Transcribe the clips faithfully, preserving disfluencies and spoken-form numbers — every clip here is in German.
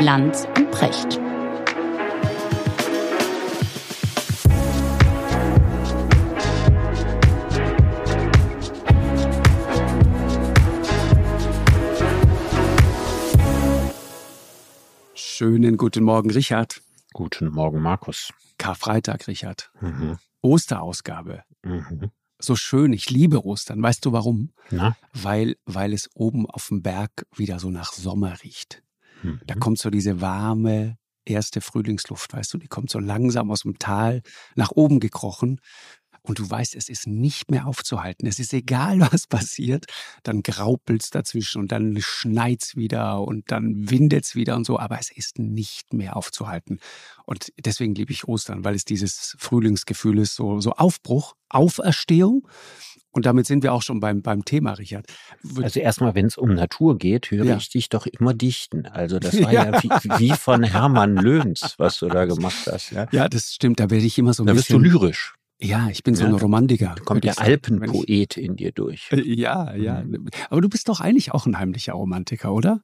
Lanz und Precht. Schönen guten Morgen, Richard. Guten Morgen, Markus. Karfreitag, Richard. Mhm. Osterausgabe. Mhm. So schön, ich liebe Ostern. Weißt du warum? Na? Weil, weil es oben auf dem Berg wieder so nach Sommer riecht. Mhm. Da kommt so diese warme erste Frühlingsluft, weißt du, die kommt so langsam aus dem Tal nach oben gekrochen. Und du weißt, es ist nicht mehr aufzuhalten. Es ist egal, was passiert. Dann graupelt's dazwischen und dann schneit's wieder und dann windet's wieder und so. Aber es ist nicht mehr aufzuhalten. Und deswegen liebe ich Ostern, weil es dieses Frühlingsgefühl ist, so, so Aufbruch, Auferstehung. Und damit sind wir auch schon beim, beim Thema, Richard. Also erstmal, wenn es um Natur geht, höre Ja. ich dich doch immer dichten. Also das war Ja. ja, wie, wie von Hermann Löwens, was du da gemacht hast. Ja? Ja, das stimmt. Da werde ich immer so ein Da bist du bisschen... lyrisch. Ja, ich bin so Ja, ein Romantiker. Da kommt würde der ich sagen, wenn ich- Alpenpoet in dir durch. Äh, Ja, ja. Mhm. Aber du bist doch eigentlich auch ein heimlicher Romantiker, oder?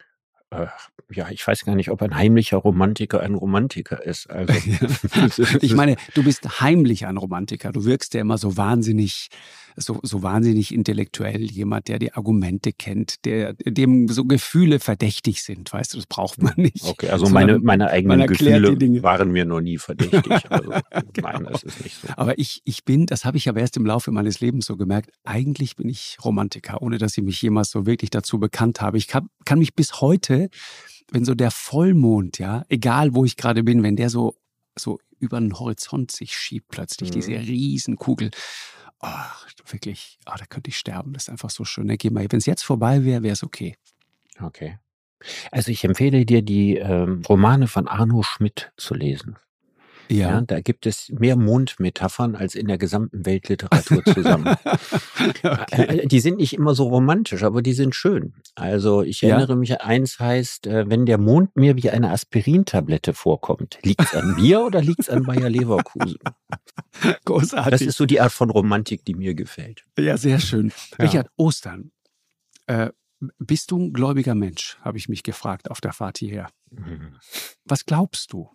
Äh, ja, ich weiß gar nicht, ob ein heimlicher Romantiker ein Romantiker ist. Also, Ich meine, du bist heimlich ein Romantiker. Du wirkst ja immer so wahnsinnig, so, so wahnsinnig intellektuell. Jemand, der die Argumente kennt, der, dem so Gefühle verdächtig sind. Weißt du, das braucht man nicht. okay, also Sondern meine, meine eigenen man erklärt Gefühle die Dinge. waren mir noch nie verdächtig. Also, Genau. nein, das ist nicht so. Aber ich, ich bin, das habe ich aber erst im Laufe meines Lebens so gemerkt, eigentlich bin ich Romantiker, ohne dass ich mich jemals so wirklich dazu bekannt habe. Ich kann, kann mich bis heute, wenn so der Vollmond, ja, egal wo ich gerade bin, wenn der so, so über den Horizont sich schiebt plötzlich, Mhm. diese Riesenkugel, oh, wirklich, oh, da könnte ich sterben. Das ist einfach so schön. Wenn es jetzt vorbei wäre, wäre es okay. Okay. Also ich empfehle dir, die ähm, Romane von Arno Schmidt zu lesen. Ja. Ja. Da gibt es mehr Mondmetaphern als in der gesamten Weltliteratur zusammen. Okay. Äh, Die sind nicht immer so romantisch, aber die sind schön. Also ich Ja. erinnere mich, eins heißt, äh, wenn der Mond mir wie eine Aspirintablette vorkommt, liegt es an mir oder liegt es an Bayer Leverkusen? Großartig. Das ist so die Art von Romantik, die mir gefällt. Ja, sehr schön. Ja. Richard, Ostern. Äh, bist du ein gläubiger Mensch, habe ich mich gefragt auf der Fahrt hierher. Mhm. Was glaubst du?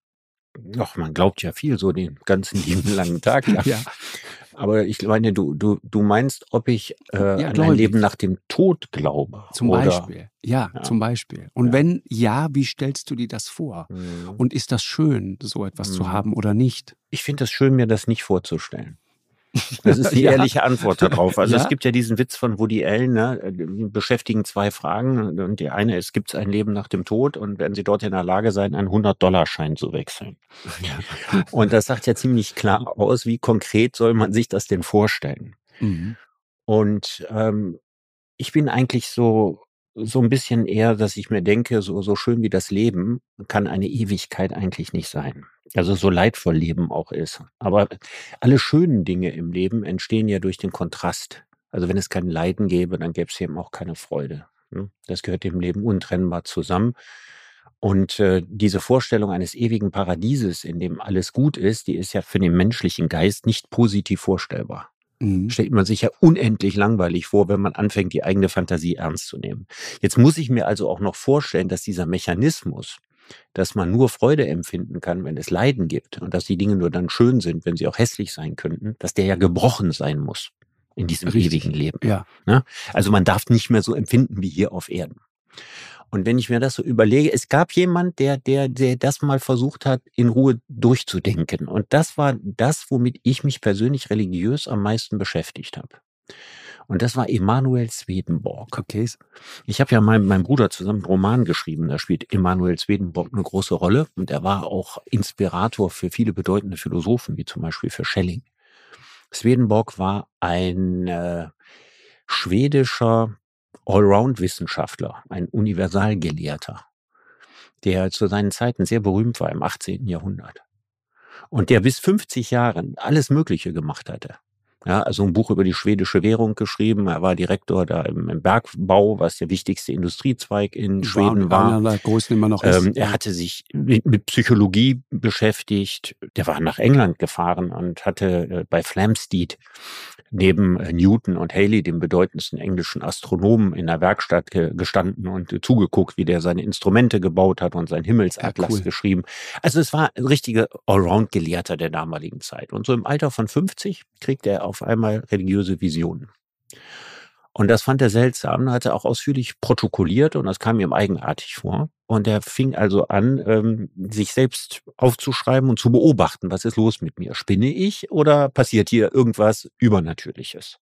Ach, man glaubt ja viel, so den ganzen lieben langen Tag. Ja. Ja. Aber ich meine, du, du, du meinst, ob ich äh, Ja, an ein gläubig. Leben nach dem Tod glaube? Zum oder? Beispiel. Ja, Ja. zum Beispiel. Und Ja. wenn ja, wie stellst du dir das vor? Mhm. Und ist das schön, so etwas zu Mhm. haben oder nicht? Ich finde es schön, mir das nicht vorzustellen. Das ist die Ja. ehrliche Antwort darauf. Also Ja? es gibt ja diesen Witz von Woody Allen, ne? Die beschäftigen zwei Fragen. Und die eine ist, gibt es ein Leben nach dem Tod? Und werden Sie dort in der Lage sein, einen hundert-Dollar-Schein zu wechseln? Und das sagt ja ziemlich klar aus, wie konkret soll man sich das denn vorstellen? Mhm. Und ähm, ich bin eigentlich so so ein bisschen eher, dass ich mir denke, so so schön wie das Leben kann eine Ewigkeit eigentlich nicht sein. Also so leidvoll Leben auch ist. Aber alle schönen Dinge im Leben entstehen ja durch den Kontrast. Also wenn es kein Leiden gäbe, dann gäbe es eben auch keine Freude. Ne? Das gehört dem Leben untrennbar zusammen. Und äh, diese Vorstellung eines ewigen Paradieses, in dem alles gut ist, die ist ja für den menschlichen Geist nicht positiv vorstellbar. Mhm. Stellt man sich ja unendlich langweilig vor, wenn man anfängt, die eigene Fantasie ernst zu nehmen. Jetzt muss ich mir also auch noch vorstellen, dass dieser Mechanismus, dass man nur Freude empfinden kann, wenn es Leiden gibt und dass die Dinge nur dann schön sind, wenn sie auch hässlich sein könnten, dass der ja gebrochen sein muss in diesem Richtig. ewigen Leben. Ja. Ne? Also man darf nicht mehr so empfinden wie hier auf Erden. Und wenn ich mir das so überlege, es gab jemand, der, der, der das mal versucht hat, in Ruhe durchzudenken. Und das war das, womit ich mich persönlich religiös am meisten beschäftigt habe. Und das war Emanuel Swedenborg. Okay. Ich habe ja mal mit meinem Bruder zusammen einen Roman geschrieben, da spielt Emanuel Swedenborg eine große Rolle. Und er war auch Inspirator für viele bedeutende Philosophen, wie zum Beispiel für Schelling. Swedenborg war ein äh, schwedischer Allround-Wissenschaftler, ein Universalgelehrter, der zu seinen Zeiten sehr berühmt war im achtzehnten Jahrhundert. Und der bis fünfzig Jahren alles Mögliche gemacht hatte. Ja, also ein Buch über die schwedische Währung geschrieben. Er war Direktor da im, im Bergbau, was der wichtigste Industriezweig in Schweden war. Einer der größten immer noch ist. Ähm, er hatte sich mit, mit Psychologie beschäftigt. Der war nach England gefahren und hatte äh, bei Flamsteed neben äh, Newton und Halley, dem bedeutendsten englischen Astronomen, in der Werkstatt ge gestanden und äh, zugeguckt, wie der seine Instrumente gebaut hat und seinen Himmelsatlas Ja, cool. geschrieben. Also es war ein richtiger Allround-Gelehrter der damaligen Zeit. Und so im Alter von fünfzig kriegt er auf einmal religiöse Visionen. Und das fand er seltsam, hat er auch ausführlich protokolliert und das kam ihm eigenartig vor. Und er fing also an, ähm, sich selbst aufzuschreiben und zu beobachten, was ist los mit mir? Spinne ich oder passiert hier irgendwas Übernatürliches?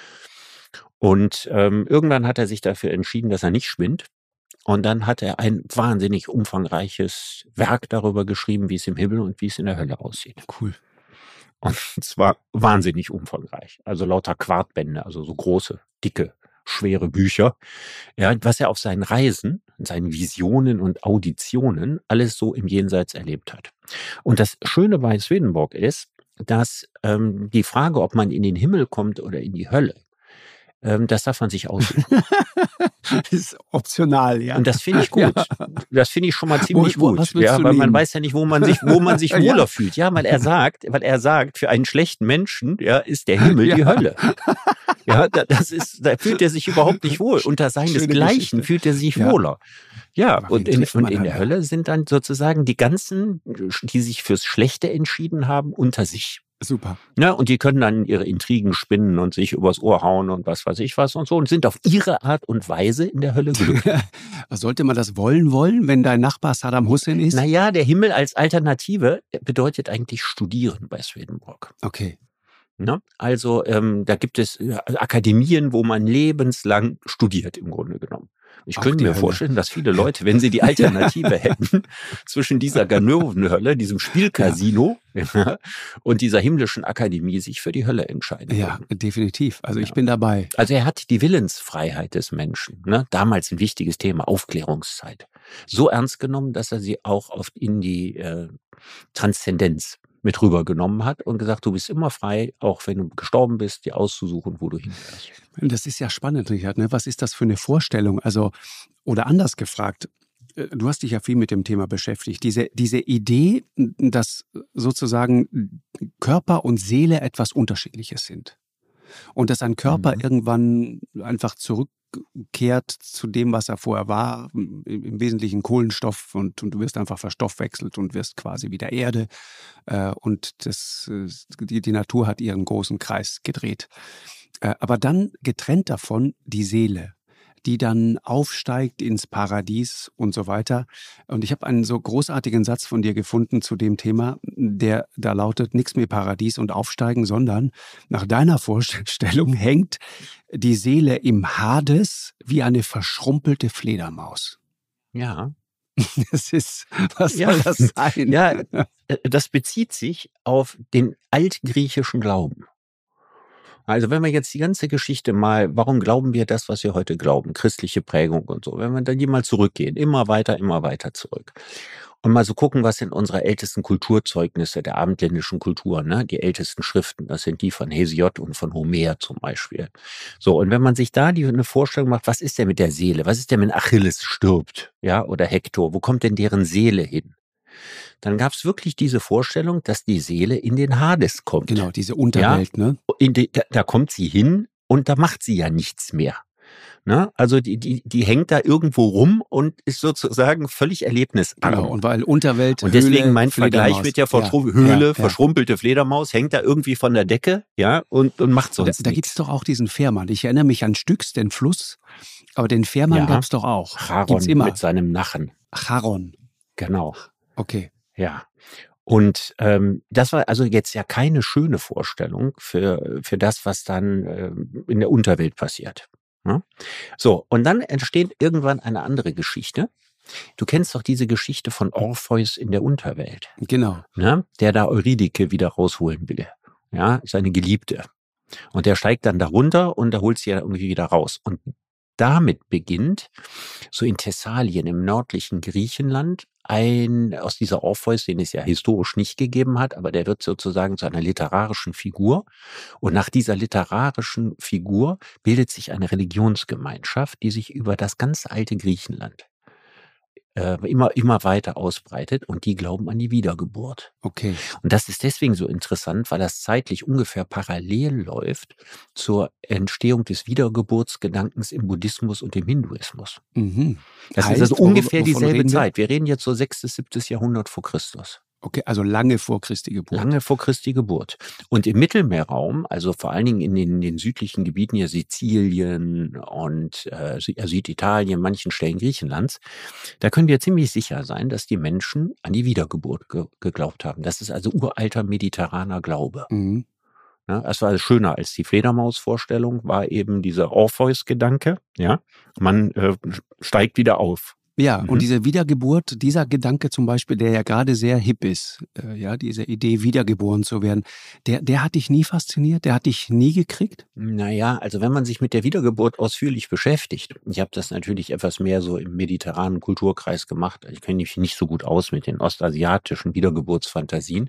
Und ähm, irgendwann hat er sich dafür entschieden, dass er nicht spinnt. Und dann hat er ein wahnsinnig umfangreiches Werk darüber geschrieben, wie es im Himmel und wie es in der Hölle aussieht. Cool. Und zwar wahnsinnig umfangreich. Also lauter Quartbände, also so große, dicke, schwere Bücher. Ja, was er auf seinen Reisen, seinen Visionen und Auditionen alles so im Jenseits erlebt hat. Und das Schöne bei Swedenborg ist, dass ähm, die Frage, ob man in den Himmel kommt oder in die Hölle, ähm, das darf man sich aussuchen. Das ist optional, ja. Und das finde ich gut. Ja. Das finde ich schon mal ziemlich wo, wo, gut. Ja, weil man weiß ja nicht, wo man sich, wo man sich wohler ja. fühlt. Ja, weil er sagt, weil er sagt, für einen schlechten Menschen, ja, ist der Himmel ja. die Hölle. Ja, das ist, da fühlt er sich überhaupt nicht wohl. Unter seinesgleichen fühlt er sich ja. wohler. Ja, und in, und in der Hölle sind dann sozusagen die ganzen, die sich fürs Schlechte entschieden haben, unter sich. Super. Ja, und die können dann ihre Intrigen spinnen und sich übers Ohr hauen und was weiß ich was und so und sind auf ihre Art und Weise in der Hölle glücklich. Sollte man das wollen wollen, wenn dein Nachbar Saddam Hussein ist? Naja, der Himmel als Alternative bedeutet eigentlich studieren bei Swedenborg. Okay. Ne? Also ähm, da gibt es äh, Akademien, wo man lebenslang studiert im Grunde genommen. Ich Auch könnte mir Hölle. vorstellen, dass viele Leute, wenn sie die Alternative hätten zwischen dieser Ganovenhölle, diesem Spielcasino ja. und dieser himmlischen Akademie, sich für die Hölle entscheiden. Ja, würden. definitiv. Also ja. ich bin dabei. Also er hat die Willensfreiheit des Menschen, ne? Damals ein wichtiges Thema, Aufklärungszeit, so ernst genommen, dass er sie auch oft in die äh, Transzendenz mit rübergenommen hat und gesagt, du bist immer frei, auch wenn du gestorben bist, dir auszusuchen, wo du hingehörst. Das ist ja spannend, Richard. Ne? Was ist das für eine Vorstellung? Also, oder anders gefragt, du hast dich ja viel mit dem Thema beschäftigt. Diese, diese Idee, dass sozusagen Körper und Seele etwas Unterschiedliches sind. Und dass ein Körper mhm. irgendwann einfach zurückkehrt zu dem, was er vorher war, im Wesentlichen Kohlenstoff und, und du wirst einfach verstoffwechselt und wirst quasi wieder Erde. Und das, die, die Natur hat ihren großen Kreis gedreht. Aber dann getrennt davon die Seele, die dann aufsteigt ins Paradies und so weiter. Und ich habe einen so großartigen Satz von dir gefunden zu dem Thema, der da lautet, nichts mehr Paradies und Aufsteigen, sondern nach deiner Vorstellung hängt die Seele im Hades wie eine verschrumpelte Fledermaus. Ja. Das ist, was ja. soll das sein? Ja, das bezieht sich auf den altgriechischen Glauben. Also wenn wir jetzt die ganze Geschichte mal, warum glauben wir das, was wir heute glauben, christliche Prägung und so, wenn wir dann die mal zurückgehen, immer weiter, immer weiter zurück und mal so gucken, was sind unsere ältesten Kulturzeugnisse der abendländischen Kultur, ne? Die ältesten Schriften, das sind die von Hesiod und von Homer zum Beispiel. So, und wenn man sich da die eine Vorstellung macht, was ist denn mit der Seele, was ist denn, wenn Achilles stirbt, ja, oder Hektor, wo kommt denn deren Seele hin? Dann gab es wirklich diese Vorstellung, dass die Seele in den Hades kommt. Genau, diese Unterwelt, ja? ne? In die, da, da kommt sie hin und da macht sie ja nichts mehr. Ne? Also die, die, die hängt da irgendwo rum und ist sozusagen völlig erlebnisarm. Genau, und weil Unterwelt, und deswegen Höhle, mein Vergleich mit der Verschru- ja, Höhle, ja, verschrumpelte ja. Fledermaus, hängt da irgendwie von der Decke, ja, und, und macht sonst Da, da gibt es doch auch diesen Fährmann. Ich erinnere mich an Styx, den Fluss, aber den Fährmann ja. gab es doch auch. Charon Gibt's immer. Mit seinem Nachen. Charon. Genau. Okay. Ja. Und ähm, das war also jetzt ja keine schöne Vorstellung für, für das, was dann ähm, in der Unterwelt passiert. Ja? So, und dann entsteht irgendwann eine andere Geschichte. Du kennst doch diese Geschichte von Orpheus in der Unterwelt. Genau. Ne? Der da Eurydike wieder rausholen will. Ja, seine Geliebte. Und der steigt dann da runter und da holt sie ja irgendwie wieder raus. Und damit beginnt so in Thessalien im nördlichen Griechenland ein, aus dieser Orpheus, den es ja historisch nicht gegeben hat, aber der wird sozusagen zu einer literarischen Figur. Und nach dieser literarischen Figur bildet sich eine Religionsgemeinschaft, die sich über das ganze alte Griechenland äh, immer, immer weiter ausbreitet und die glauben an die Wiedergeburt. Okay. Und das ist deswegen so interessant, weil das zeitlich ungefähr parallel läuft zur Entstehung des Wiedergeburtsgedankens im Buddhismus und im Hinduismus. Mhm. Das Heißt, ist also worüber- ungefähr wovon dieselbe reden wir? Zeit. Wir reden jetzt so sechstes, siebtes Jahrhundert vor Christus. Okay, also lange vor Christi Geburt. Lange vor Christi Geburt. Und im Mittelmeerraum, also vor allen Dingen in den, den südlichen Gebieten, ja Sizilien und äh, Sü- äh, Süditalien, manchen Stellen Griechenlands, da können wir ziemlich sicher sein, dass die Menschen an die Wiedergeburt ge geglaubt haben. Das ist also uralter mediterraner Glaube. Mhm. Ja, es war schöner als die Fledermaus-Vorstellung, war eben dieser Orpheus-Gedanke. Ja, man äh, steigt wieder auf. Ja, Mhm. und diese Wiedergeburt, dieser Gedanke zum Beispiel, der ja gerade sehr hip ist, äh, ja, diese Idee, wiedergeboren zu werden, der, der hat dich nie fasziniert, der hat dich nie gekriegt? Naja, also wenn man sich mit der Wiedergeburt ausführlich beschäftigt, ich habe das natürlich etwas mehr so im mediterranen Kulturkreis gemacht, ich kenne mich nicht so gut aus mit den ostasiatischen Wiedergeburtsfantasien,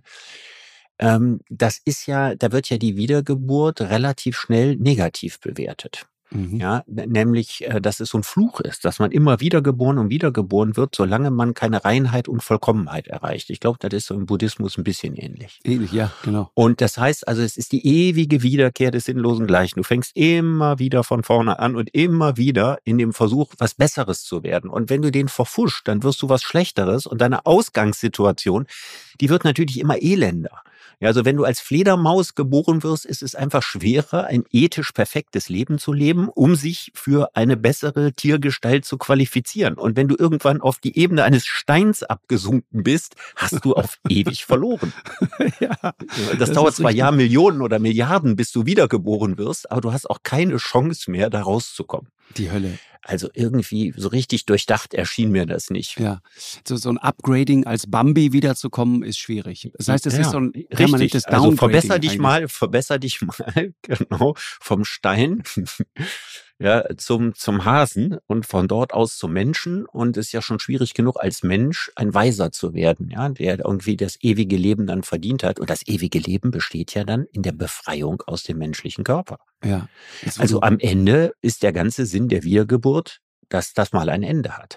ähm, das ist ja, da wird ja die Wiedergeburt relativ schnell negativ bewertet. Mhm. Ja, n- nämlich, äh, dass es so ein Fluch ist, dass man immer wiedergeboren und wiedergeboren wird, solange man keine Reinheit und Vollkommenheit erreicht. Ich glaube, das ist so im Buddhismus ein bisschen ähnlich. Ähnlich, ja, genau. Und das heißt also, es ist die ewige Wiederkehr des sinnlosen Gleichen. Du fängst immer wieder von vorne an und immer wieder in dem Versuch, was Besseres zu werden. Und wenn du den verfuscht, dann wirst du was Schlechteres und deine Ausgangssituation, die wird natürlich immer elender. Ja, also wenn du als Fledermaus geboren wirst, ist es einfach schwerer, ein ethisch perfektes Leben zu leben, um sich für eine bessere Tiergestalt zu qualifizieren. Und wenn du irgendwann auf die Ebene eines Steins abgesunken bist, hast du auf ewig verloren. Ja, Das, das dauert ist zwar richtig. Jahr Millionen oder Milliarden, bis du wiedergeboren wirst, aber du hast auch keine Chance mehr, da rauszukommen. Die Hölle. Also irgendwie so richtig durchdacht erschien mir das nicht. Ja, so, so ein Upgrading als Bambi wiederzukommen ist schwierig. Das heißt, es Ja, ist so ein richtig. permanentes Also Downgrading. verbesser dich eigentlich. mal, verbesser dich mal, genau, vom Stein ja, zum, zum Hasen und von dort aus zum Menschen. Und es ist ja schon schwierig genug, als Mensch ein Weiser zu werden, ja, der irgendwie das ewige Leben dann verdient hat. Und das ewige Leben besteht ja dann in der Befreiung aus dem menschlichen Körper. Ja. Jetzt, wo Also du- am Ende ist der ganze Sinn der Wiedergeburt, dass das mal ein Ende hat.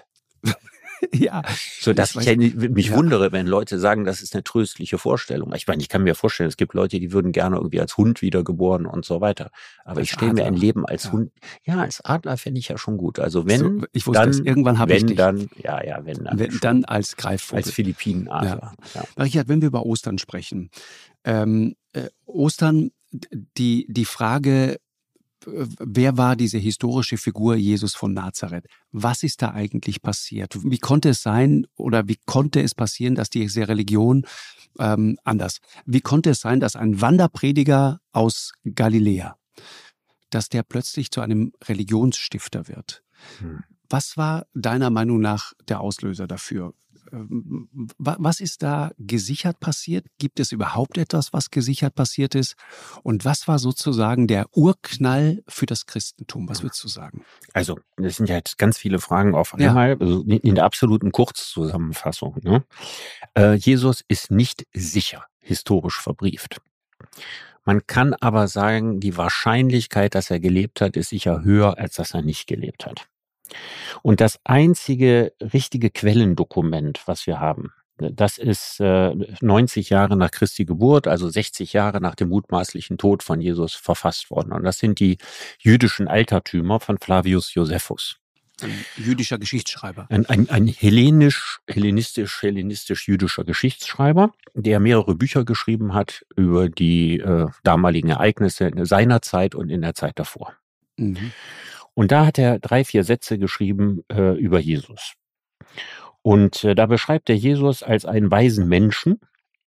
ja, So dass Ich ich, ja mich ja. wundere, wenn Leute sagen, das ist eine tröstliche Vorstellung. Ich meine, ich kann mir vorstellen, es gibt Leute, die würden gerne irgendwie als Hund wiedergeboren und so weiter. Aber Als ich stelle mir ein Adler. Leben als Ja. Hund, ja, als Adler fände ich ja schon gut. Also wenn, so, ich wusste dann, es, irgendwann habe ich wenn dich. dann, ja, ja, wenn dann, Wenn, schon. dann als Greifvogel. als Philippinenadler. Ja. Richard, wenn wir über Ostern sprechen, ähm, äh, Ostern, d- die, die Frage, äh, wer war diese historische Figur Jesus von Nazareth? Was ist da eigentlich passiert? Wie konnte es sein oder wie konnte es passieren, dass diese Religion ähm, anders? Wie konnte es sein, dass ein Wanderprediger aus Galiläa, dass der plötzlich zu einem Religionsstifter wird? Hm. Was war deiner Meinung nach der Auslöser dafür? Ähm, wa- Was ist da gesichert passiert? Gibt es überhaupt etwas, was gesichert passiert ist? Und was war sozusagen der Urknall für das Christentum? Was würdest du sagen? Also, das sind ja jetzt ganz viele Fragen auf Ja. einmal, also in der absoluten Kurzzusammenfassung. Ne? Äh, Jesus ist nicht sicher historisch verbrieft. Man kann aber sagen, die Wahrscheinlichkeit, dass er gelebt hat, ist sicher höher, als dass er nicht gelebt hat. Und das einzige richtige Quellendokument, was wir haben, das ist äh, neunzig Jahre nach Christi Geburt, also sechzig Jahre nach dem mutmaßlichen Tod von Jesus verfasst worden. Und das sind die jüdischen Altertümer von Flavius Josephus. Ein jüdischer Geschichtsschreiber. Ein, ein, ein hellenisch, hellenistisch, hellenistisch-jüdischer Geschichtsschreiber, der mehrere Bücher geschrieben hat über die äh, damaligen Ereignisse in seiner Zeit und in der Zeit davor. Mhm. Und da hat er drei, vier Sätze geschrieben äh, über Jesus. Und äh, da beschreibt er Jesus als einen weisen Menschen,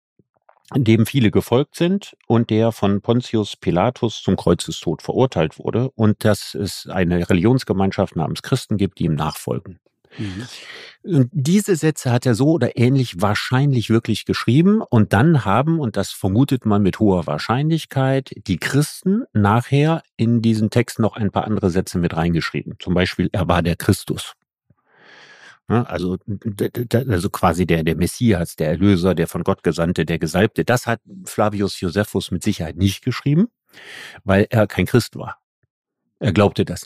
dem viele gefolgt sind und der von Pontius Pilatus zum Kreuzestod verurteilt wurde und dass es eine Religionsgemeinschaft namens Christen gibt, die ihm nachfolgen. Mhm. Und diese Sätze hat er so oder ähnlich wahrscheinlich wirklich geschrieben und dann haben, und das vermutet man mit hoher Wahrscheinlichkeit, die Christen nachher in diesen Text noch ein paar andere Sätze mit reingeschrieben. Zum Beispiel, er war der Christus. Ja, also, d- d- also quasi der, der Messias, der Erlöser, der von Gott Gesandte, der Gesalbte. Das hat Flavius Josephus mit Sicherheit nicht geschrieben, weil er kein Christ war. Er glaubte das nicht.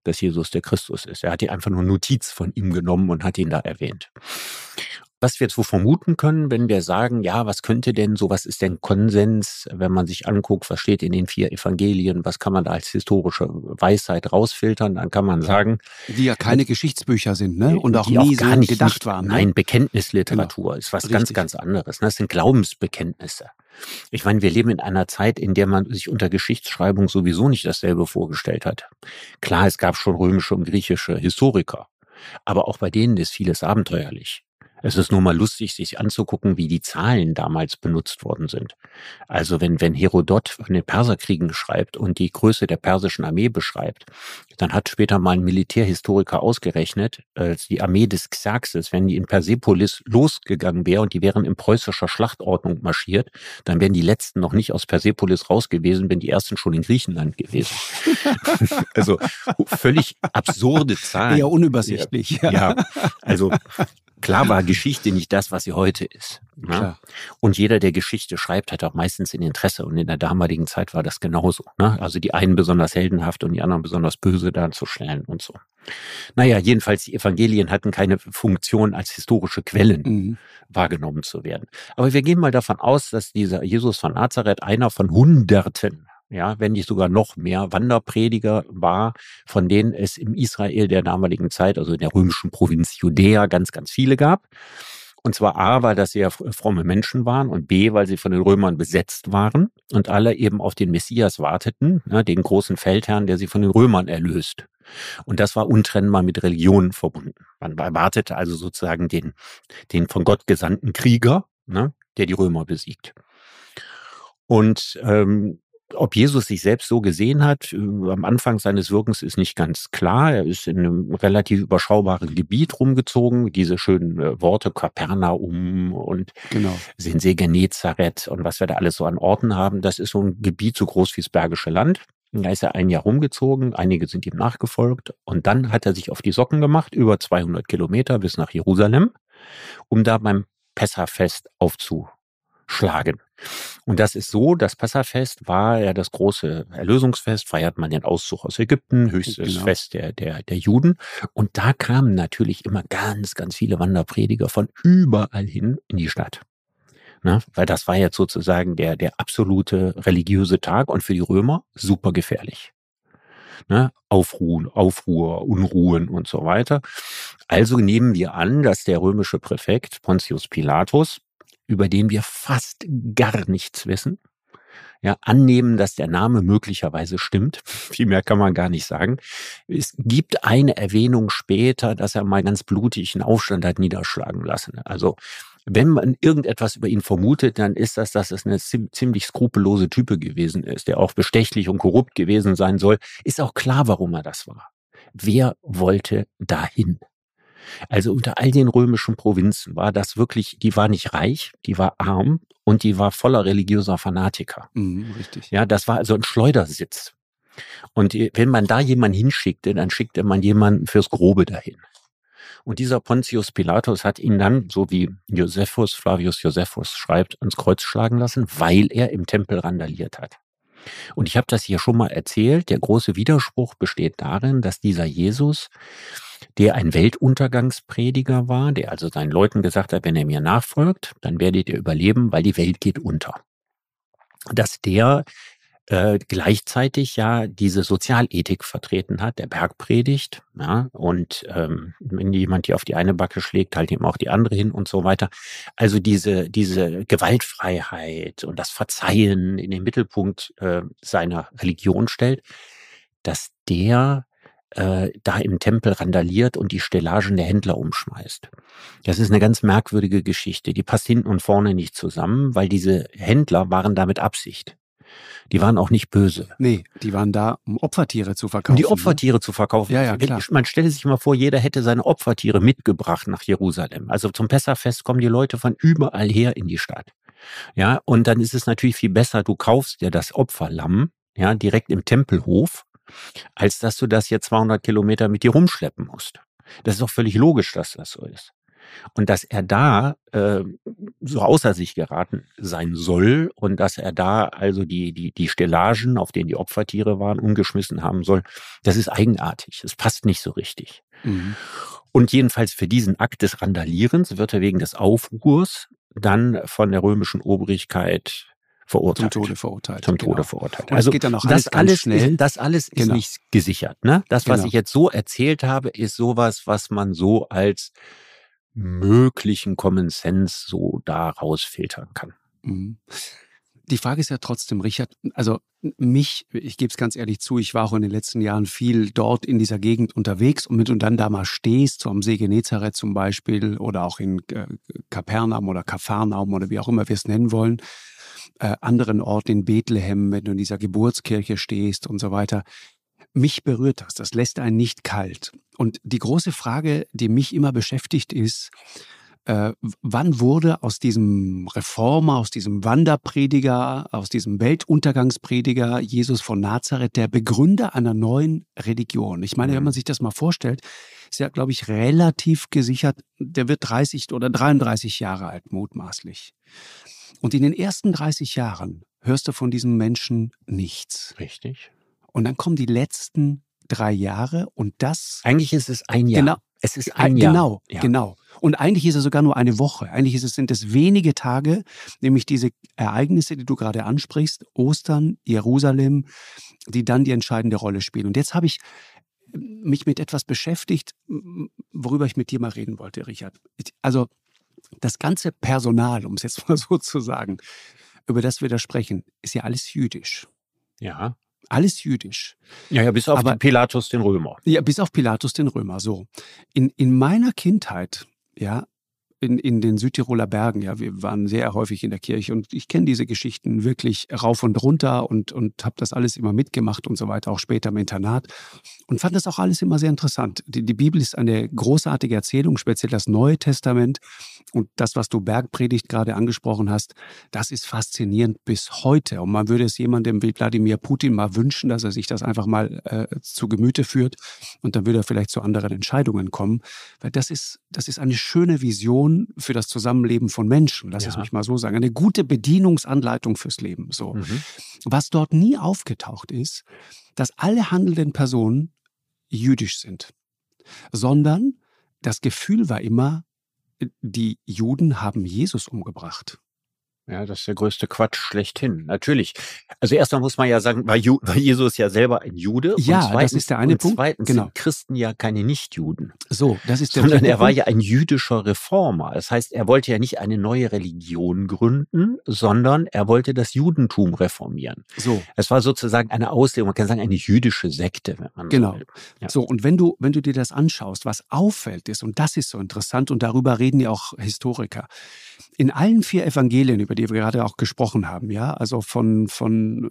dass Jesus der Christus ist. Er hat die einfach nur Notiz von ihm genommen und hat ihn da erwähnt. Was wir jetzt wo vermuten können, wenn wir sagen, ja, was könnte denn so, was ist denn Konsens, wenn man sich anguckt, was steht in den vier Evangelien, was kann man da als historische Weisheit rausfiltern, dann kann man sagen... Die ja keine Geschichtsbücher sind, ne? Und auch die nie auch gar so nicht, gedacht nicht, waren. Ne? Nein, Bekenntnisliteratur Genau. ist was Richtig. ganz, ganz anderes. Das sind Glaubensbekenntnisse. Ich meine, wir leben in einer Zeit, in der man sich unter Geschichtsschreibung sowieso nicht dasselbe vorgestellt hat. Klar, es gab schon römische und griechische Historiker, aber auch bei denen ist vieles abenteuerlich. Es ist nur mal lustig, sich anzugucken, wie die Zahlen damals benutzt worden sind. Also wenn, wenn Herodot von den Perserkriegen schreibt und die Größe der persischen Armee beschreibt, dann hat später mal ein Militärhistoriker ausgerechnet, äh, die Armee des Xerxes, wenn die in Persepolis losgegangen wäre und die wären in preußischer Schlachtordnung marschiert, dann wären die letzten noch nicht aus Persepolis raus gewesen, wenn die ersten schon in Griechenland gewesen. Also völlig absurde Zahlen. Eher unübersichtlich. Ja, ja, also klar war Geschichte nicht das, was sie heute ist. Ne? Klar. Und jeder, der Geschichte schreibt, hat auch meistens ein Interesse. Und in der damaligen Zeit war das genauso. Ne? Also die einen besonders heldenhaft und die anderen besonders böse darzustellen und so. Naja, jedenfalls die Evangelien hatten keine Funktion als historische Quellen Mhm. wahrgenommen zu werden. Aber wir gehen mal davon aus, dass dieser Jesus von Nazareth einer von Hunderten, ja, wenn nicht sogar noch mehr Wanderprediger war, von denen es im Israel der damaligen Zeit, also in der römischen Provinz Judäa, ganz, ganz viele gab. Und zwar A, weil das sehr fromme Menschen waren und B, weil sie von den Römern besetzt waren und alle eben auf den Messias warteten, ne, den großen Feldherrn, der sie von den Römern erlöst. Und das war untrennbar mit Religion verbunden. Man erwartete also sozusagen den, den von Gott gesandten Krieger, ne, der die Römer besiegt. Und ähm, ob Jesus sich selbst so gesehen hat, äh, am Anfang seines Wirkens ist nicht ganz klar. Er ist in einem relativ überschaubaren Gebiet rumgezogen. Diese schönen äh, Worte Kapernaum und Genau. Sinsee Genezareth und was wir da alles so an Orten haben, das ist so ein Gebiet so groß wie das Bergische Land. Da ist er ein Jahr rumgezogen, einige sind ihm nachgefolgt und dann hat er sich auf die Socken gemacht, über zweihundert Kilometer bis nach Jerusalem, um da beim Pessachfest aufzuschlagen. Und das ist so, das Pessachfest war ja das große Erlösungsfest, feiert man den Auszug aus Ägypten, höchstes Genau. Fest der, der, der Juden. Und da kamen natürlich immer ganz, ganz viele Wanderprediger von überall hin in die Stadt. Ne? Weil das war jetzt sozusagen der, der absolute religiöse Tag und für die Römer super gefährlich. Ne? Aufruhen, Aufruhr, Unruhen und so weiter. Also nehmen wir an, dass der römische Präfekt Pontius Pilatus, über den wir fast gar nichts wissen, ja, annehmen, dass der Name möglicherweise stimmt. Viel mehr kann man gar nicht sagen. Es gibt eine Erwähnung später, dass er mal ganz blutig einen Aufstand hat niederschlagen lassen. Also wenn man irgendetwas über ihn vermutet, dann ist das, dass es eine ziemlich skrupellose Type gewesen ist, der auch bestechlich und korrupt gewesen sein soll. Ist auch klar, warum er das war. Wer wollte dahin? Also unter all den römischen Provinzen war das wirklich, die war nicht reich, die war arm und die war voller religiöser Fanatiker. Mhm, richtig. Ja, das war also ein Schleudersitz. Und wenn man da jemanden hinschickte, dann schickte man jemanden fürs Grobe dahin. Und dieser Pontius Pilatus hat ihn dann, so wie Josephus, Flavius Josephus schreibt, ans Kreuz schlagen lassen, weil er im Tempel randaliert hat. Und ich habe das hier schon mal erzählt, der große Widerspruch besteht darin, dass dieser Jesus, der ein Weltuntergangsprediger war, der also seinen Leuten gesagt hat, wenn ihr mir nachfolgt, dann werdet ihr überleben, weil die Welt geht unter. Dass der äh, gleichzeitig ja diese Sozialethik vertreten hat, der Bergpredigt, ja, und ähm, wenn jemand die auf die eine Backe schlägt, halt ihm auch die andere hin und so weiter. Also diese diese Gewaltfreiheit und das Verzeihen in den Mittelpunkt äh, seiner Religion stellt, dass der äh, da im Tempel randaliert und die Stellagen der Händler umschmeißt. Das ist eine ganz merkwürdige Geschichte. Die passt hinten und vorne nicht zusammen, weil diese Händler waren da mit Absicht. Die waren auch nicht böse. Nee, die waren da, um Opfertiere zu verkaufen. Um die Opfertiere ne? zu verkaufen. Ja, ja, klar. Man stelle sich mal vor, jeder hätte seine Opfertiere mitgebracht nach Jerusalem. Also zum Pessachfest kommen die Leute von überall her in die Stadt. Ja, und dann ist es natürlich viel besser, du kaufst dir das Opferlamm, ja, direkt im Tempelhof, als dass du das jetzt zweihundert Kilometer mit dir rumschleppen musst. Das ist doch völlig logisch, dass das so ist. Und dass er da äh, so außer sich geraten sein soll und dass er da also die, die, die Stellagen, auf denen die Opfertiere waren, umgeschmissen haben soll, das ist eigenartig. Es passt nicht so richtig. Mhm. Und jedenfalls für diesen Akt des Randalierens wird er wegen des Aufruhrs dann von der römischen Obrigkeit verurteilt. Zum Tode verurteilt. Zum Tode genau. verurtelt. Und also es geht dann auch alles das ganz alles schnell. Ist, das alles ist Genau. nicht gesichert. Ne? Das, was Genau. ich jetzt so erzählt habe, ist sowas, was man so als möglichen Common Sense so da rausfiltern kann. Mhm. Die Frage ist ja trotzdem, Richard, also mich, ich gebe es ganz ehrlich zu, ich war auch in den letzten Jahren viel dort in dieser Gegend unterwegs und wenn du dann da mal stehst, so am See Genezareth zum Beispiel oder auch in äh, Kapernaum oder Kapharnaum oder wie auch immer wir es nennen wollen, äh, anderen Orten in Bethlehem, wenn du in dieser Geburtskirche stehst und so weiter, mich berührt das, das lässt einen nicht kalt. Und die große Frage, die mich immer beschäftigt ist, Äh, wann wurde aus diesem Reformer, aus diesem Wanderprediger, aus diesem Weltuntergangsprediger Jesus von Nazareth der Begründer einer neuen Religion? Ich meine, wenn man sich das mal vorstellt, ist ja, glaube ich, relativ gesichert, der wird dreißig oder dreiunddreißig Jahre alt, mutmaßlich. Und in den ersten dreißig Jahren hörst du von diesem Menschen nichts. Richtig. Und dann kommen die letzten drei Jahre und das... Eigentlich ist es ein Jahr. Genau. Es ist ein Jahr. Genau, ja. genau. Und eigentlich ist es sogar nur eine Woche. Eigentlich ist es, sind es wenige Tage, nämlich diese Ereignisse, die du gerade ansprichst, Ostern, Jerusalem, die dann die entscheidende Rolle spielen. Und jetzt habe ich mich mit etwas beschäftigt, worüber ich mit dir mal reden wollte, Richard. Also das ganze Personal, um es jetzt mal so zu sagen, über das wir da sprechen, ist ja alles jüdisch. Ja. Alles jüdisch. Ja, ja, bis auf Aber, den Pilatus, den Römer. Ja, bis auf Pilatus, den Römer, so. In, in meiner Kindheit, ja, in, in den Südtiroler Bergen, ja, wir waren sehr häufig in der Kirche und ich kenne diese Geschichten wirklich rauf und runter und, und habe das alles immer mitgemacht und so weiter, auch später im Internat und fand das auch alles immer sehr interessant. Die, die Bibel ist eine großartige Erzählung, speziell das Neue Testament und das, was du Bergpredigt gerade angesprochen hast, das ist faszinierend bis heute und man würde es jemandem wie Wladimir Putin mal wünschen, dass er sich das einfach mal äh, zu Gemüte führt und dann würde er vielleicht zu anderen Entscheidungen kommen, weil das ist, das ist eine schöne Vision für das Zusammenleben von Menschen, lass Ja. es mich mal so sagen. Eine gute Bedienungsanleitung fürs Leben. So. Mhm. Was dort nie aufgetaucht ist, dass alle handelnden Personen jüdisch sind, sondern das Gefühl war immer, die Juden haben Jesus umgebracht. Ja, das ist der größte Quatsch schlechthin. Natürlich. Also erstmal muss man ja sagen, war, Ju- war Jesus ja selber ein Jude. Ja, und zweitens, das ist der eine und Punkt. zweitens Genau. sind Christen ja keine Nichtjuden. So, das ist der Sondern dritte er war Punkt. ja ein jüdischer Reformer. Das heißt, er wollte ja nicht eine neue Religion gründen, sondern er wollte das Judentum reformieren. So. Es war sozusagen eine Auslegung, man kann sagen, eine jüdische Sekte, wenn man Genau. so will. Ja. So, und wenn du, wenn du dir das anschaust, was auffällt ist, und das ist so interessant, und darüber reden ja auch Historiker, in allen vier Evangelien, über die wir gerade auch gesprochen haben, ja, also von, von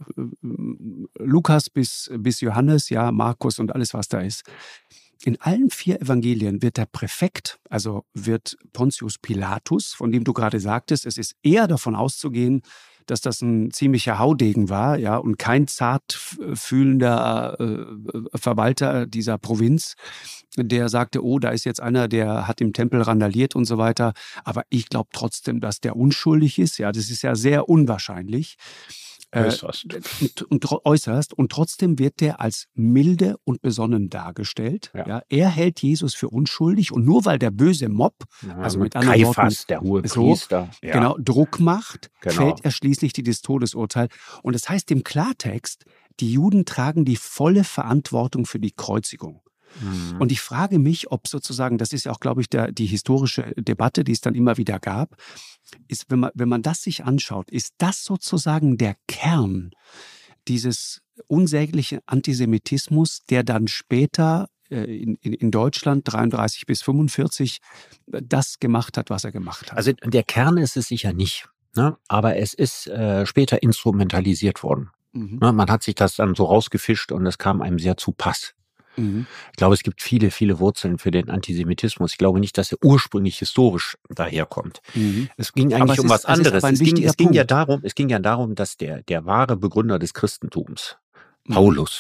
äh, Lukas bis, bis Johannes, ja, Markus und alles, was da ist, in allen vier Evangelien wird der Präfekt, also wird Pontius Pilatus, von dem du gerade sagtest, es ist eher davon auszugehen, dass das ein ziemlicher Haudegen war, ja, und kein zart fühlender äh, Verwalter dieser Provinz, der sagte, oh, da ist jetzt einer, der hat im Tempel randaliert und so weiter. Aber ich glaube trotzdem, dass der unschuldig ist. Ja, das ist ja sehr unwahrscheinlich. Äußerst. Äh, und, und, äußerst. Und trotzdem wird der als milde und besonnen dargestellt. Ja. Ja, er hält Jesus für unschuldig und nur weil der böse Mob, Ja, also mit anderen Kaiphas, Worten, der hohe so, Priester. Ja. genau, Druck macht, Genau. fällt er schließlich dieses Todesurteil. Und das heißt im Klartext, die Juden tragen die volle Verantwortung für die Kreuzigung. Mhm. Und ich frage mich, ob sozusagen, das ist ja auch, glaube ich, der, die historische Debatte, die es dann immer wieder gab, ist, wenn man, wenn man das sich anschaut, ist das sozusagen der Kern dieses unsäglichen Antisemitismus, der dann später äh, in, in, in Deutschland dreiunddreißig bis fünfundvierzig das gemacht hat, was er gemacht hat. Also der Kern ist es sicher nicht, ne? Aber es ist äh, später instrumentalisiert worden. Mhm. Ne? Man hat sich das dann so rausgefischt und es kam einem sehr zu Pass. Mhm. Ich glaube, es gibt viele, viele Wurzeln für den Antisemitismus. Ich glaube nicht, dass er ursprünglich historisch daherkommt. Mhm. Es ging Aber eigentlich es um ist- was es ist anderes. aber ein Es ging, wichtiger es ging ja Punkt. darum, es ging ja darum, dass der, der wahre Begründer des Christentums, Mhm. Paulus,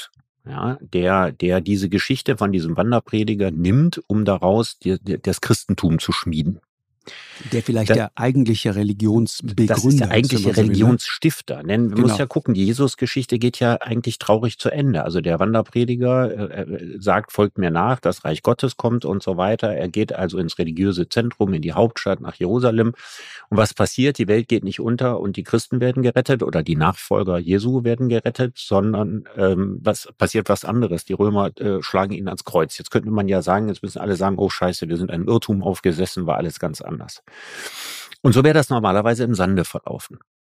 ja, der, der diese Geschichte von diesem Wanderprediger nimmt, um daraus die, die, das Christentum zu schmieden. Der vielleicht Da- der eigentliche Religionsbegründer Das ist der wenn eigentliche man so will, ne? Religionsstifter. Denn man Genau. muss ja gucken, die Jesus-Geschichte geht ja eigentlich traurig zu Ende. Also der Wanderprediger äh, äh, sagt, folgt mir nach, das Reich Gottes kommt und so weiter. Er geht also ins religiöse Zentrum, in die Hauptstadt, nach Jerusalem. Und was passiert? Die Welt geht nicht unter und die Christen werden gerettet oder die Nachfolger Jesu werden gerettet, sondern ähm, was passiert was anderes. Die Römer äh, schlagen ihn ans Kreuz. Jetzt könnte man ja sagen, jetzt müssen alle sagen, oh Scheiße, wir sind einem Irrtum aufgesessen, war alles ganz anders. Und so wäre das normalerweise im Sande verlaufen.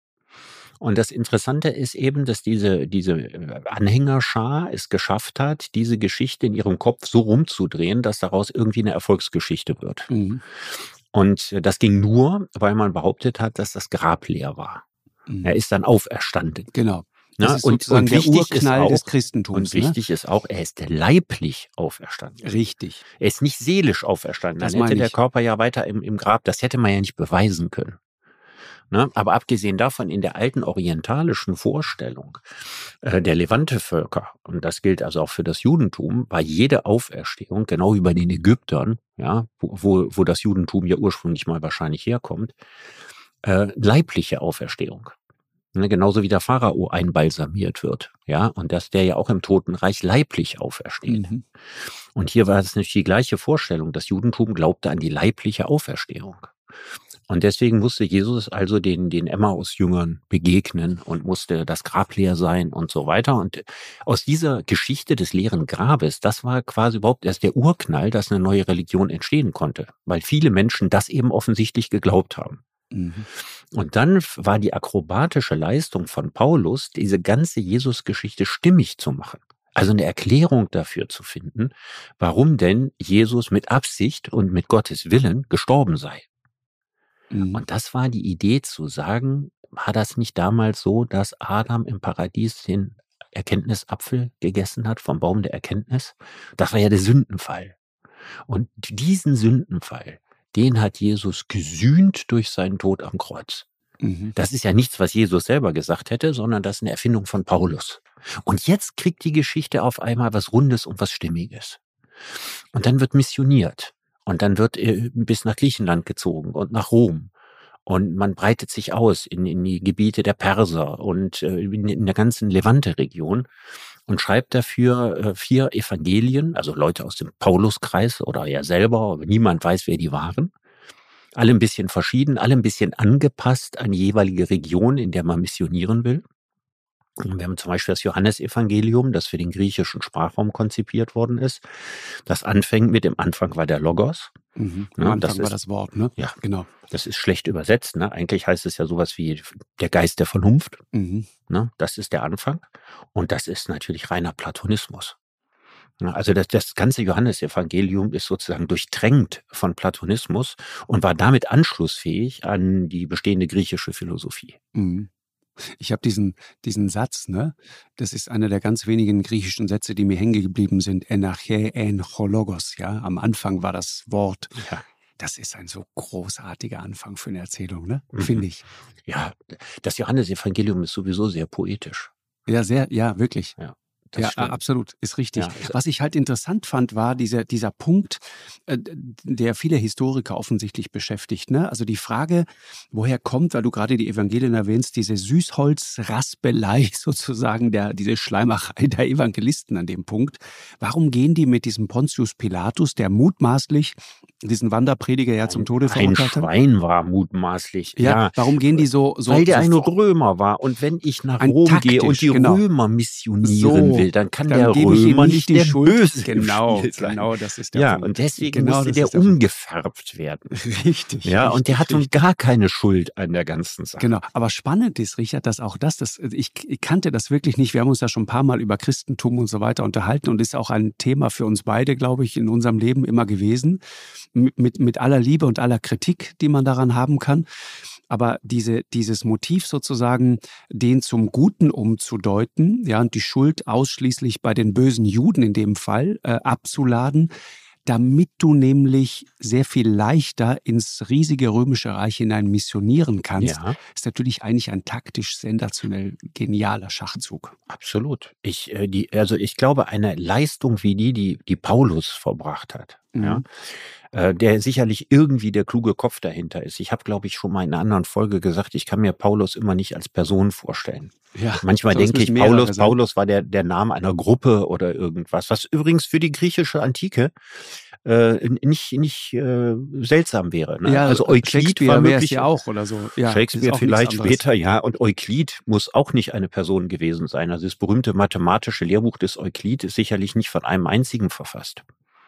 Und das Interessante ist eben, dass diese, diese Anhängerschar es geschafft hat, diese Geschichte in ihrem Kopf so rumzudrehen, dass daraus irgendwie eine Erfolgsgeschichte wird. Mhm. Und das ging nur, weil man behauptet hat, dass das Grab leer war. Mhm. Er ist dann auferstanden. Genau. Ne? Das ist Und, sozusagen und der wichtig ist Urknall auch, des Christentums. und wichtig ist auch, er ist leiblich auferstanden. Ne? Richtig. Er ist nicht seelisch auferstanden. Das Dann hätte meine der ich. Körper ja weiter im, im Grab, das hätte man ja nicht beweisen können. Ne? Aber abgesehen davon, in der alten orientalischen Vorstellung äh, der Levante-Völker, und das gilt also auch für das Judentum, war jede Auferstehung, genau wie bei den Ägyptern, ja, wo, wo, wo das Judentum ja ursprünglich mal wahrscheinlich herkommt, äh, leibliche Auferstehung. Ne, genauso wie der Pharao einbalsamiert wird, ja, und dass der ja auch im Totenreich leiblich aufersteht. Mhm. Und hier war es natürlich die gleiche Vorstellung. Das Judentum glaubte an die leibliche Auferstehung. Und deswegen musste Jesus also den, den Emmaus-Jüngern begegnen und musste das Grab leer sein und so weiter. Und aus dieser Geschichte des leeren Grabes, das war quasi überhaupt erst der Urknall, dass eine neue Religion entstehen konnte, weil viele Menschen das eben offensichtlich geglaubt haben. Mhm. Und dann war die akrobatische Leistung von Paulus, diese ganze Jesus-Geschichte stimmig zu machen. Also eine Erklärung dafür zu finden, warum denn Jesus mit Absicht und mit Gottes Willen gestorben sei. Mhm. Und das war die Idee zu sagen, war das nicht damals so, dass Adam im Paradies den Erkenntnisapfel gegessen hat, vom Baum der Erkenntnis? Das war ja der Sündenfall. Und diesen Sündenfall, den hat Jesus gesühnt durch seinen Tod am Kreuz. Mhm. Das ist ja nichts, was Jesus selber gesagt hätte, sondern das ist eine Erfindung von Paulus. Und jetzt kriegt die Geschichte auf einmal was Rundes und was Stimmiges. Und dann wird missioniert. Und dann wird äh, bis nach Griechenland gezogen und nach Rom. Und man breitet sich aus in, in die Gebiete der Perser und äh, in, in der ganzen Levante-Region und schreibt dafür äh, vier Evangelien, also Leute aus dem Pauluskreis oder er selber, aber niemand weiß, wer die waren. Alle ein bisschen verschieden, alle ein bisschen angepasst an die jeweilige Region, in der man missionieren will. Wir haben zum Beispiel das Johannesevangelium, das für den griechischen Sprachraum konzipiert worden ist. Das anfängt mit dem Anfang war der Logos. Mhm. Am Ja, Anfang das war ist- das Wort, ne? Ja. Genau. Das ist schlecht übersetzt. Ne? Eigentlich heißt es ja sowas wie der Geist der Vernunft. Mhm. Ne? Das ist der Anfang. Und das ist natürlich reiner Platonismus. Ja, also das, das ganze Johannesevangelium ist sozusagen durchtränkt von Platonismus und war damit anschlussfähig an die bestehende griechische Philosophie. Mhm. Ich habe diesen, diesen Satz, ne? Das ist einer der ganz wenigen griechischen Sätze, die mir hängen geblieben sind. Enarche en hologos, ja. Am Anfang war das Wort. Ja. Das ist ein so großartiger Anfang für eine Erzählung, ne? Mhm. Finde ich. Ja, das Johannesevangelium ist sowieso sehr poetisch. Ja, sehr, ja, wirklich. Das Ja, stimmt. absolut, ist richtig. Ja, also- Was ich halt interessant fand, war dieser, dieser Punkt, äh, der viele Historiker offensichtlich beschäftigt. Ne? Also die Frage, woher kommt, weil du gerade die Evangelien erwähnst, diese Süßholzraspelei sozusagen, der, diese Schleimerei der Evangelisten an dem Punkt. Warum gehen die mit diesem Pontius Pilatus, der mutmaßlich diesen Wanderprediger ja zum Tode ein verurteilt hat? Schwein war mutmaßlich. Ja, Ja, warum gehen die so, so, weil der so ein vor- Römer war. Und wenn ich nach Ein Rom gehe taktisch, und die genau. Römer missionieren So, will, dann kann dann der gebe ich ihm Römer nicht nicht die der Schuld. Böse im Genau, Spiel sein. genau, das ist der Ja, Punkt. und deswegen Genau, musste das der ist der Punkt. umgefärbt werden. Richtig. Ja, richtig, und der hat nun richtig. gar keine Schuld an der ganzen Sache. Genau, aber spannend ist, Richard, dass auch das, das ich, ich kannte das wirklich nicht. Wir haben uns ja schon ein paar Mal über Christentum und so weiter unterhalten und ist auch ein Thema für uns beide, glaube ich, in unserem Leben immer gewesen. Mit, mit, mit aller Liebe und aller Kritik, die man daran haben kann. Aber diese, dieses Motiv sozusagen, den zum Guten umzudeuten, ja, und die Schuld ausschließlich bei den bösen Juden in dem Fall äh, abzuladen, damit du nämlich sehr viel leichter ins riesige römische Reich hinein missionieren kannst, Ja. ist natürlich eigentlich ein taktisch sensationell genialer Schachzug. Absolut. Ich, äh, die, also ich glaube, eine Leistung wie die, die, die Paulus verbracht hat, Mhm. ja, äh, der sicherlich irgendwie der kluge Kopf dahinter ist. Ich habe, glaube ich, schon mal in einer anderen Folge gesagt, ich kann mir Paulus immer nicht als Person vorstellen. Ja, Manchmal so, es denke ich, müssen mehrere Paulus, sein. Paulus war der, der Name einer Gruppe oder irgendwas, was übrigens für die griechische Antike äh, nicht, nicht äh, seltsam wäre. Ne? Ja, Also Euklid Shakespeare war wäre es wirklich ja auch oder so. Ja, ist Shakespeare auch nichts vielleicht anderes. später, ja. Und Euklid muss auch nicht eine Person gewesen sein. Also das berühmte mathematische Lehrbuch des Euklid ist sicherlich nicht von einem einzigen verfasst.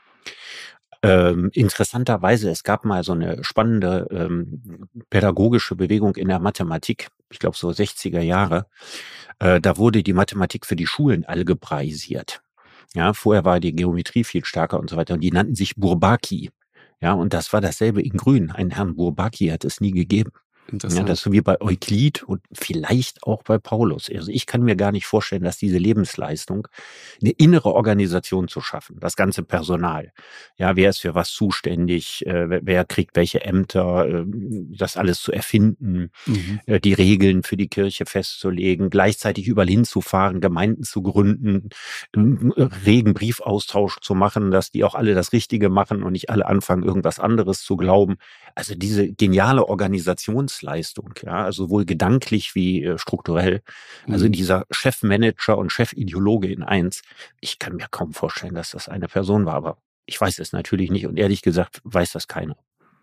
Ähm, interessanterweise, es gab mal so eine spannende ähm, pädagogische Bewegung in der Mathematik, ich glaube so sechziger Jahre. Äh, da wurde die Mathematik für die Schulen algebraisiert. Ja, vorher war die Geometrie viel stärker und so weiter. Und die nannten sich Bourbaki. Ja, und das war dasselbe in Grün. Einen Herrn Bourbaki hat es nie gegeben. Ja, Interessant. das ist so wie bei Euklid und vielleicht auch bei Paulus. Also ich kann mir gar nicht vorstellen, dass diese Lebensleistung, eine innere Organisation zu schaffen, das ganze Personal. Ja, wer ist für was zuständig, äh, wer, wer kriegt welche Ämter, äh, das alles zu erfinden, Mhm. äh, die Regeln für die Kirche festzulegen, gleichzeitig überall hinzufahren, Gemeinden zu gründen, ähm, regen Briefaustausch zu machen, dass die auch alle das Richtige machen und nicht alle anfangen, irgendwas anderes zu glauben. Also diese geniale Organisationsleistung, ja, also sowohl gedanklich wie äh, strukturell. Also Mhm. dieser Chefmanager und Chefideologe in eins. Ich kann mir kaum vorstellen, dass das eine Person war, aber ich weiß es natürlich nicht und ehrlich gesagt weiß das keiner.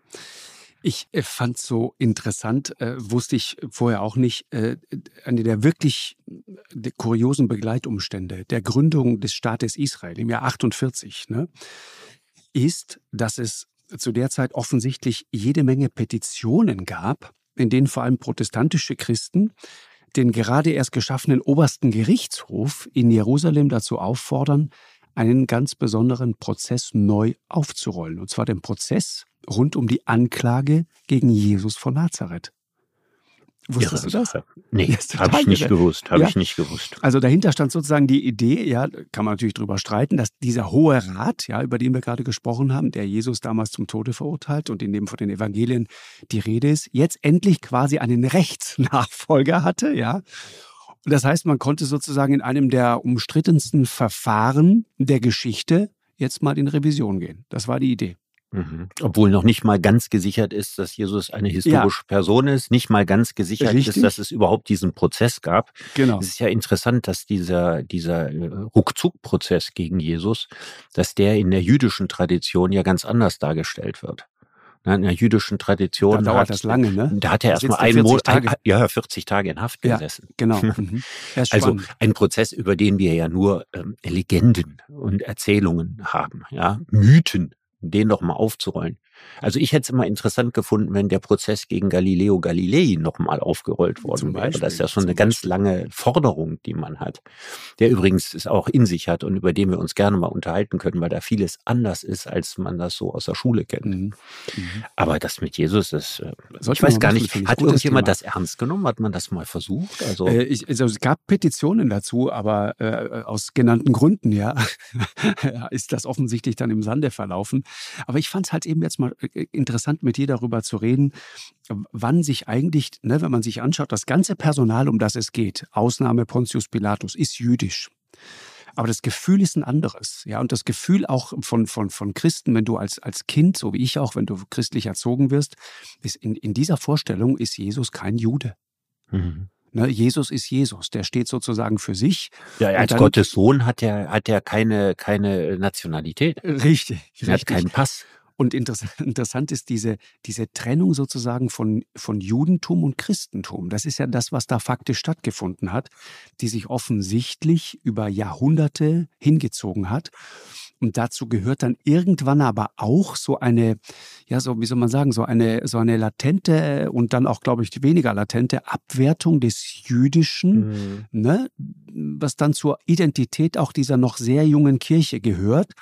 Ich äh, fand so interessant, äh, wusste ich vorher auch nicht, äh, eine der wirklich äh, kuriosen Begleitumstände der Gründung des Staates Israel im Jahr achtundvierzig, ne, ist, dass es zu der Zeit offensichtlich jede Menge Petitionen gab, in denen vor allem protestantische Christen den gerade erst geschaffenen obersten Gerichtshof in Jerusalem dazu auffordern, einen ganz besonderen Prozess neu aufzurollen. Und zwar den Prozess rund um die Anklage gegen Jesus von Nazareth. Wusstest du das? Sache. Nee, Ja, ist habe total ich nicht irre. gewusst, habe Ja. ich nicht gewusst. Also dahinter stand sozusagen die Idee, ja, kann man natürlich drüber streiten, dass dieser Hohe Rat, ja, über den wir gerade gesprochen haben, der Jesus damals zum Tode verurteilt und in dem von den Evangelien die Rede ist, jetzt endlich quasi einen Rechtsnachfolger hatte, ja. Und das heißt, man konnte sozusagen in einem der umstrittensten Verfahren der Geschichte jetzt mal in Revision gehen. Das war die Idee. Mhm. Obwohl noch nicht mal ganz gesichert ist, dass Jesus eine historische Person ist, nicht mal ganz gesichert Richtig. ist, dass es überhaupt diesen Prozess gab. Genau. Es ist ja interessant, dass dieser, dieser äh, Ruckzuck-Prozess gegen Jesus, dass der in der jüdischen Tradition ja ganz anders dargestellt wird. Ne, in der jüdischen Tradition Da dauert hat, das lange, ne? da hat er Da erstmal sitzt er einen vierzig Monat, Tage. ein, ja, vierzig Tage in Haft Ja, gesessen. genau. Mhm. Ja, ist Also spannend. ein Prozess, über den wir ja nur ähm, Legenden und Erzählungen haben, ja, Mythen, den noch mal aufzurollen. Also ich hätte es immer interessant gefunden, wenn der Prozess gegen Galileo Galilei noch mal aufgerollt worden Zum wäre. Das ist Beispiel, ja schon zum eine ganz Beispiel. lange Forderung, die man hat, der übrigens es auch in sich hat und über den wir uns gerne mal unterhalten können, weil da vieles anders ist, als man das so aus der Schule kennt. Mhm. Mhm. Aber das mit Jesus, das, äh, Sollten ich wir weiß mal gar machen, nicht, finde ich. hat Gutes irgendjemand Thema. das ernst genommen? Hat man das mal versucht? Also Äh, ich, also es gab Petitionen dazu, aber äh, aus genannten Gründen, ja, ist das offensichtlich dann im Sande verlaufen. Aber ich fand es halt eben jetzt mal äh, interessant, mit dir darüber zu reden, wann sich eigentlich, ne, wenn man sich anschaut, das ganze Personal, um das es geht, Ausnahme Pontius Pilatus, ist jüdisch. Aber das Gefühl ist ein anderes. Ja, und das Gefühl auch von, von, von Christen, wenn du als, als Kind, so wie ich auch, wenn du christlich erzogen wirst, ist in, in dieser Vorstellung ist Jesus kein Jude. mhm. Ne, Jesus ist Jesus, der steht sozusagen für sich. Ja, Und als dann- Gottes Sohn hat er hat er keine keine Nationalität. Richtig, Er hat richtig. keinen Pass. Und interessant, interessant ist diese, diese Trennung sozusagen von, von Judentum und Christentum. Das ist ja das, was da faktisch stattgefunden hat, die sich offensichtlich über Jahrhunderte hingezogen hat. Und dazu gehört dann irgendwann aber auch so eine, ja, so, wie soll man sagen, so eine, so eine latente und dann auch, glaube ich, weniger latente Abwertung des Jüdischen, Mhm. ne, was dann zur Identität auch dieser noch sehr jungen Kirche gehört.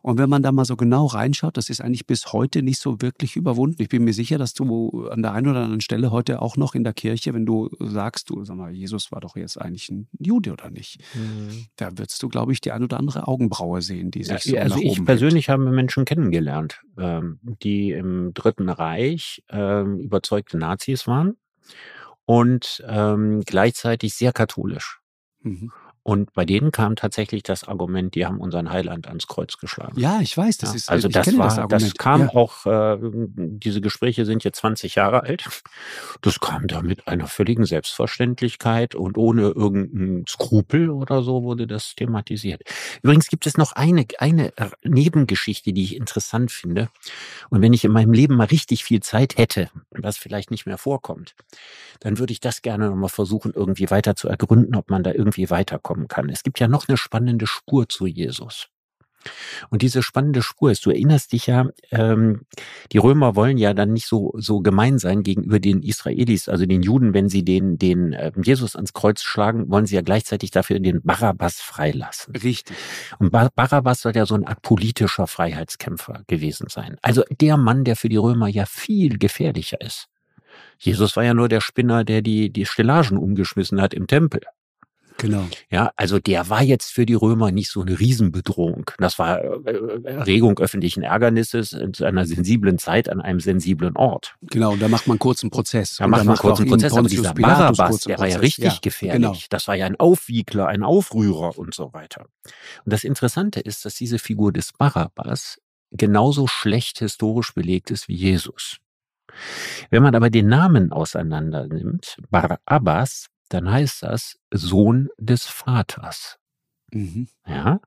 Und wenn man da mal so genau reinschaut, das ist eigentlich bis heute nicht so wirklich überwunden. Ich bin mir sicher, dass du an der einen oder anderen Stelle heute auch noch in der Kirche, wenn du sagst, du sag mal, Jesus war doch jetzt eigentlich ein Jude oder nicht, mhm. da würdest du, glaube ich, die ein oder andere Augenbraue sehen, die sich ja, so also nach ich oben persönlich habe Menschen kennengelernt, ähm, die im Dritten Reich ähm, überzeugte Nazis waren und ähm, gleichzeitig sehr katholisch. Mhm. Und bei denen kam tatsächlich das Argument, die haben unseren Heiland ans Kreuz geschlagen. Ja, ich weiß, das ja, ist, also ich das kenne war, das Argument. Das kam ja. auch, äh, diese Gespräche sind jetzt zwanzig Jahre alt. Das kam da mit einer völligen Selbstverständlichkeit und ohne irgendeinen Skrupel oder so wurde das thematisiert. Übrigens gibt es noch eine, eine Nebengeschichte, die ich interessant finde. Und wenn ich in meinem Leben mal richtig viel Zeit hätte, was vielleicht nicht mehr vorkommt, dann würde ich das gerne nochmal versuchen, irgendwie weiter zu ergründen, ob man da irgendwie weiterkommt kann. Es gibt ja noch eine spannende Spur zu Jesus. Und diese spannende Spur ist, du erinnerst dich ja, ähm, die Römer wollen ja dann nicht so so gemein sein gegenüber den Israelis, also den Juden, wenn sie den den äh, Jesus ans Kreuz schlagen, wollen sie ja gleichzeitig dafür den Barabbas freilassen. Richtig. Und Bar- Barabbas soll ja so eine Art politischer Freiheitskämpfer gewesen sein. Also der Mann, der für die Römer ja viel gefährlicher ist. Jesus war ja nur der Spinner, der die die Stellagen umgeschmissen hat im Tempel. Genau. Ja, also der war jetzt für die Römer nicht so eine Riesenbedrohung. Das war Erregung öffentlichen Ärgernisses in einer sensiblen Zeit an einem sensiblen Ort. Genau, und da macht man kurz einen Prozess. Da macht man kurz einen Prozess, aber dieser Barabbas, der war ja richtig ja, gefährlich. Genau. Das war ja ein Aufwiegler, ein Aufrührer und so weiter. Und das Interessante ist, dass diese Figur des Barabbas genauso schlecht historisch belegt ist wie Jesus. Wenn man aber den Namen auseinander nimmt, Barabbas, dann heißt das Sohn des Vaters. Mhm. Ja.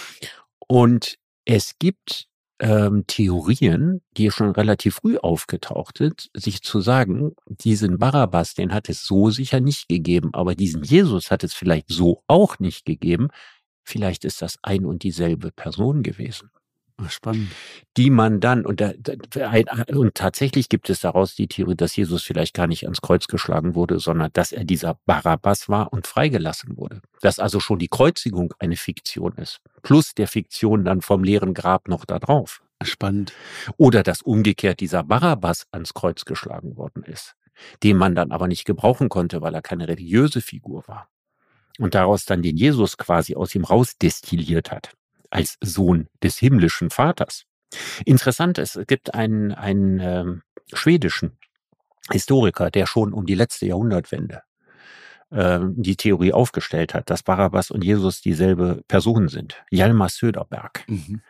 Und es gibt ähm, Theorien, die schon relativ früh aufgetaucht sind, sich zu sagen, diesen Barabbas, den hat es so sicher nicht gegeben, aber diesen Jesus hat es vielleicht so auch nicht gegeben. Vielleicht ist das ein und dieselbe Person gewesen. Spannend. Die man dann, und, da, und tatsächlich gibt es daraus die Theorie, dass Jesus vielleicht gar nicht ans Kreuz geschlagen wurde, sondern dass er dieser Barabbas war und freigelassen wurde. Dass also schon die Kreuzigung eine Fiktion ist. Plus der Fiktion dann vom leeren Grab noch da drauf. Spannend. Oder dass umgekehrt dieser Barabbas ans Kreuz geschlagen worden ist, den man dann aber nicht gebrauchen konnte, weil er keine religiöse Figur war. Und daraus dann den Jesus quasi aus ihm rausdestilliert hat. Als Sohn des himmlischen Vaters. Interessant ist, es gibt einen, einen ähm, schwedischen Historiker, der schon um die letzte Jahrhundertwende ähm, die Theorie aufgestellt hat, dass Barabbas und Jesus dieselbe Person sind. Hjalmar Söderberg. Mhm.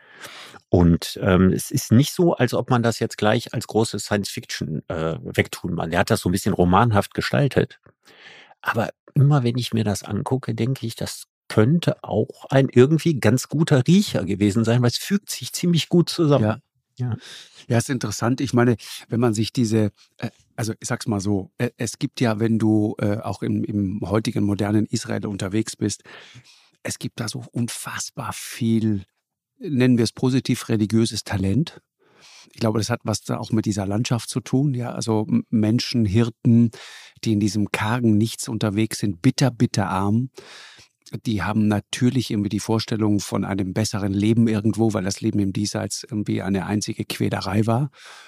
Und ähm, es ist nicht so, als ob man das jetzt gleich als große Science-Fiction äh, wegtun kann. Der hat das so ein bisschen romanhaft gestaltet. Aber immer wenn ich mir das angucke, denke ich, das könnte auch ein irgendwie ganz guter Riecher gewesen sein, weil es fügt sich ziemlich gut zusammen. Ja, ja. Ja, ist interessant. Ich meine, wenn man sich diese, äh, also ich sag's mal so, äh, es gibt ja, wenn du äh, auch im, im heutigen modernen Israel unterwegs bist, es gibt da so unfassbar viel, nennen wir es positiv, religiöses Talent. Ich glaube, das hat was da auch mit dieser Landschaft zu tun. Ja, also Menschen, Hirten, die in diesem kargen Nichts unterwegs sind, bitter, bitter arm. Die haben natürlich irgendwie die Vorstellung von einem besseren Leben irgendwo, weil das Leben im Diesseits irgendwie eine einzige Quälerei war.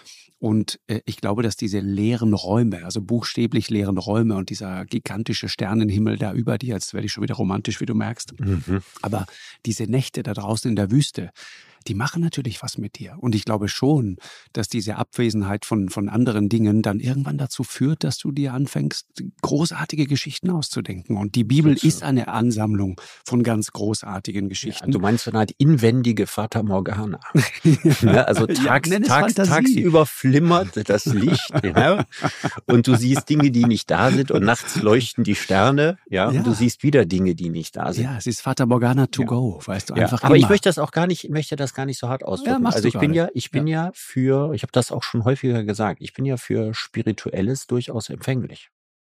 Und äh, ich glaube, dass diese leeren Räume, also buchstäblich leeren Räume und dieser gigantische Sternenhimmel da über dir, jetzt werde ich schon wieder romantisch, wie du merkst, mhm. aber diese Nächte da draußen in der Wüste, die machen natürlich was mit dir. Und ich glaube schon, dass diese Abwesenheit von, von anderen Dingen dann irgendwann dazu führt, dass du dir anfängst, großartige Geschichten auszudenken. Und die Bibel ist eine Ansammlung von ganz großartigen Geschichten. Ja, du meinst so eine Art inwendige Fata Morgana. Ja, also tags, ja, tags, tagsüber flimmert das Licht, ja, und du siehst Dinge, die nicht da sind, und nachts leuchten die Sterne, ja, ja. und du siehst wieder Dinge, die nicht da sind. Ja, es ist Fata Morgana to ja. go, weißt du, ja. einfach Aber immer. ich möchte das auch gar nicht, möchte das gar nicht so hart ausdrücken. Ja, also ich bin gerade. ja, ich bin ja. ja für, ich habe das auch schon häufiger gesagt, ich bin ja für Spirituelles durchaus empfänglich.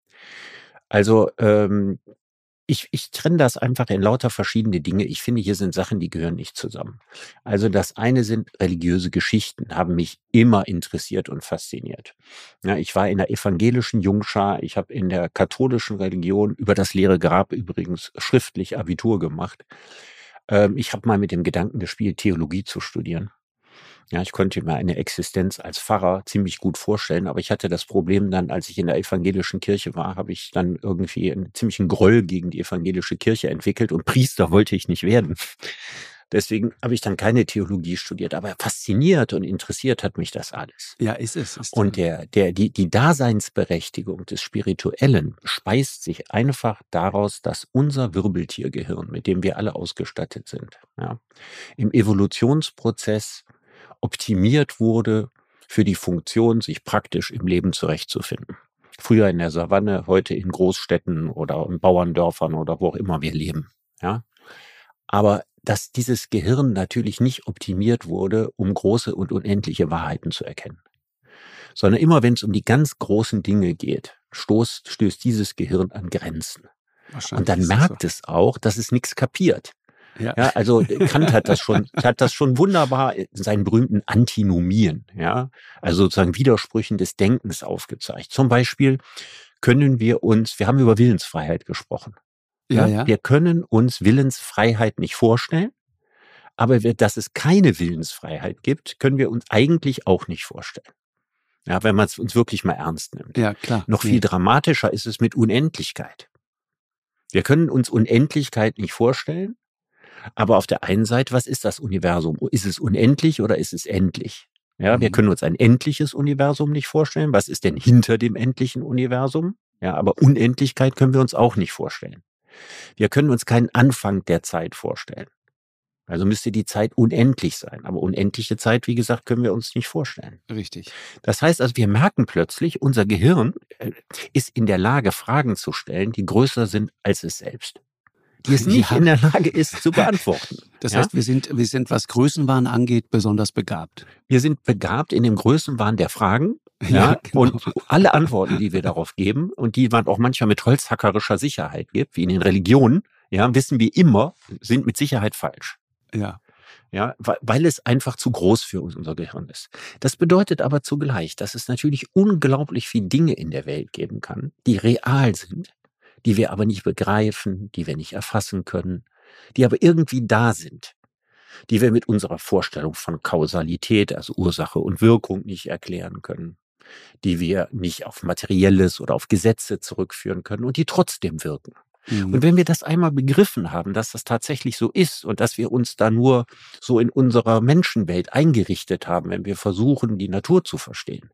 Also ähm, ich, ich trenne das einfach in lauter verschiedene Dinge. Ich finde, hier sind Sachen, die gehören nicht zusammen. Also das eine sind religiöse Geschichten, haben mich immer interessiert und fasziniert. Ja, ich war in der evangelischen Jungschar, ich habe in der katholischen Religion über das leere Grab übrigens schriftlich Abitur gemacht. Ähm, ich habe mal mit dem Gedanken gespielt, Theologie zu studieren. Ja, ich konnte mir eine Existenz als Pfarrer ziemlich gut vorstellen, aber ich hatte das Problem dann, als ich in der evangelischen Kirche war, habe ich dann irgendwie einen ziemlichen Groll gegen die evangelische Kirche entwickelt und Priester wollte ich nicht werden. Deswegen habe ich dann keine Theologie studiert, aber fasziniert und interessiert hat mich das alles. Ja, ist es. Ist Und der, der, die, die Daseinsberechtigung des Spirituellen speist sich einfach daraus, dass unser Wirbeltiergehirn, mit dem wir alle ausgestattet sind, ja, im Evolutionsprozess optimiert wurde für die Funktion, sich praktisch im Leben zurechtzufinden. Früher in der Savanne, heute in Großstädten oder in Bauerndörfern oder wo auch immer wir leben. Ja? Aber dass dieses Gehirn natürlich nicht optimiert wurde, um große und unendliche Wahrheiten zu erkennen. Sondern immer wenn es um die ganz großen Dinge geht, stoßt, stößt dieses Gehirn an Grenzen. Und dann merkt so. es auch, dass es nichts kapiert. Ja. ja, also Kant hat das schon, hat das schon wunderbar in seinen berühmten Antinomien, ja, also sozusagen Widersprüchen des Denkens aufgezeigt. Zum Beispiel können wir uns, wir haben über Willensfreiheit gesprochen. Ja, ja. Wir können uns Willensfreiheit nicht vorstellen, aber wir, dass es keine Willensfreiheit gibt, können wir uns eigentlich auch nicht vorstellen. Ja, wenn man es uns wirklich mal ernst nimmt. Ja, klar. Noch viel nee. dramatischer ist es mit Unendlichkeit. Wir können uns Unendlichkeit nicht vorstellen. Aber auf der einen Seite, was ist das Universum? Ist es unendlich oder ist es endlich? Ja, mhm. wir können uns ein endliches Universum nicht vorstellen. Was ist denn hinter dem endlichen Universum? Ja, aber Unendlichkeit können wir uns auch nicht vorstellen. Wir können uns keinen Anfang der Zeit vorstellen. Also müsste die Zeit unendlich sein. Aber unendliche Zeit, wie gesagt, können wir uns nicht vorstellen. Richtig. Das heißt also, wir merken plötzlich, unser Gehirn ist in der Lage, Fragen zu stellen, die größer sind als es selbst. Die es nicht ja. in der Lage ist zu beantworten. Das ja? heißt, wir sind, wir sind, was Größenwahn angeht, besonders begabt. Wir sind begabt in dem Größenwahn der Fragen. Ja, ja genau. Und alle Antworten, die wir darauf geben und die man auch manchmal mit holzhackerischer Sicherheit gibt, wie in den Religionen, ja, wissen wir immer, sind mit Sicherheit falsch. Ja. Ja, weil es einfach zu groß für unser Gehirn ist. Das bedeutet aber zugleich, dass es natürlich unglaublich viele Dinge in der Welt geben kann, die real sind, die wir aber nicht begreifen, die wir nicht erfassen können, die aber irgendwie da sind, die wir mit unserer Vorstellung von Kausalität, also Ursache und Wirkung, nicht erklären können, die wir nicht auf Materielles oder auf Gesetze zurückführen können und die trotzdem wirken. Mhm. Und wenn wir das einmal begriffen haben, dass das tatsächlich so ist und dass wir uns da nur so in unserer Menschenwelt eingerichtet haben, wenn wir versuchen, die Natur zu verstehen,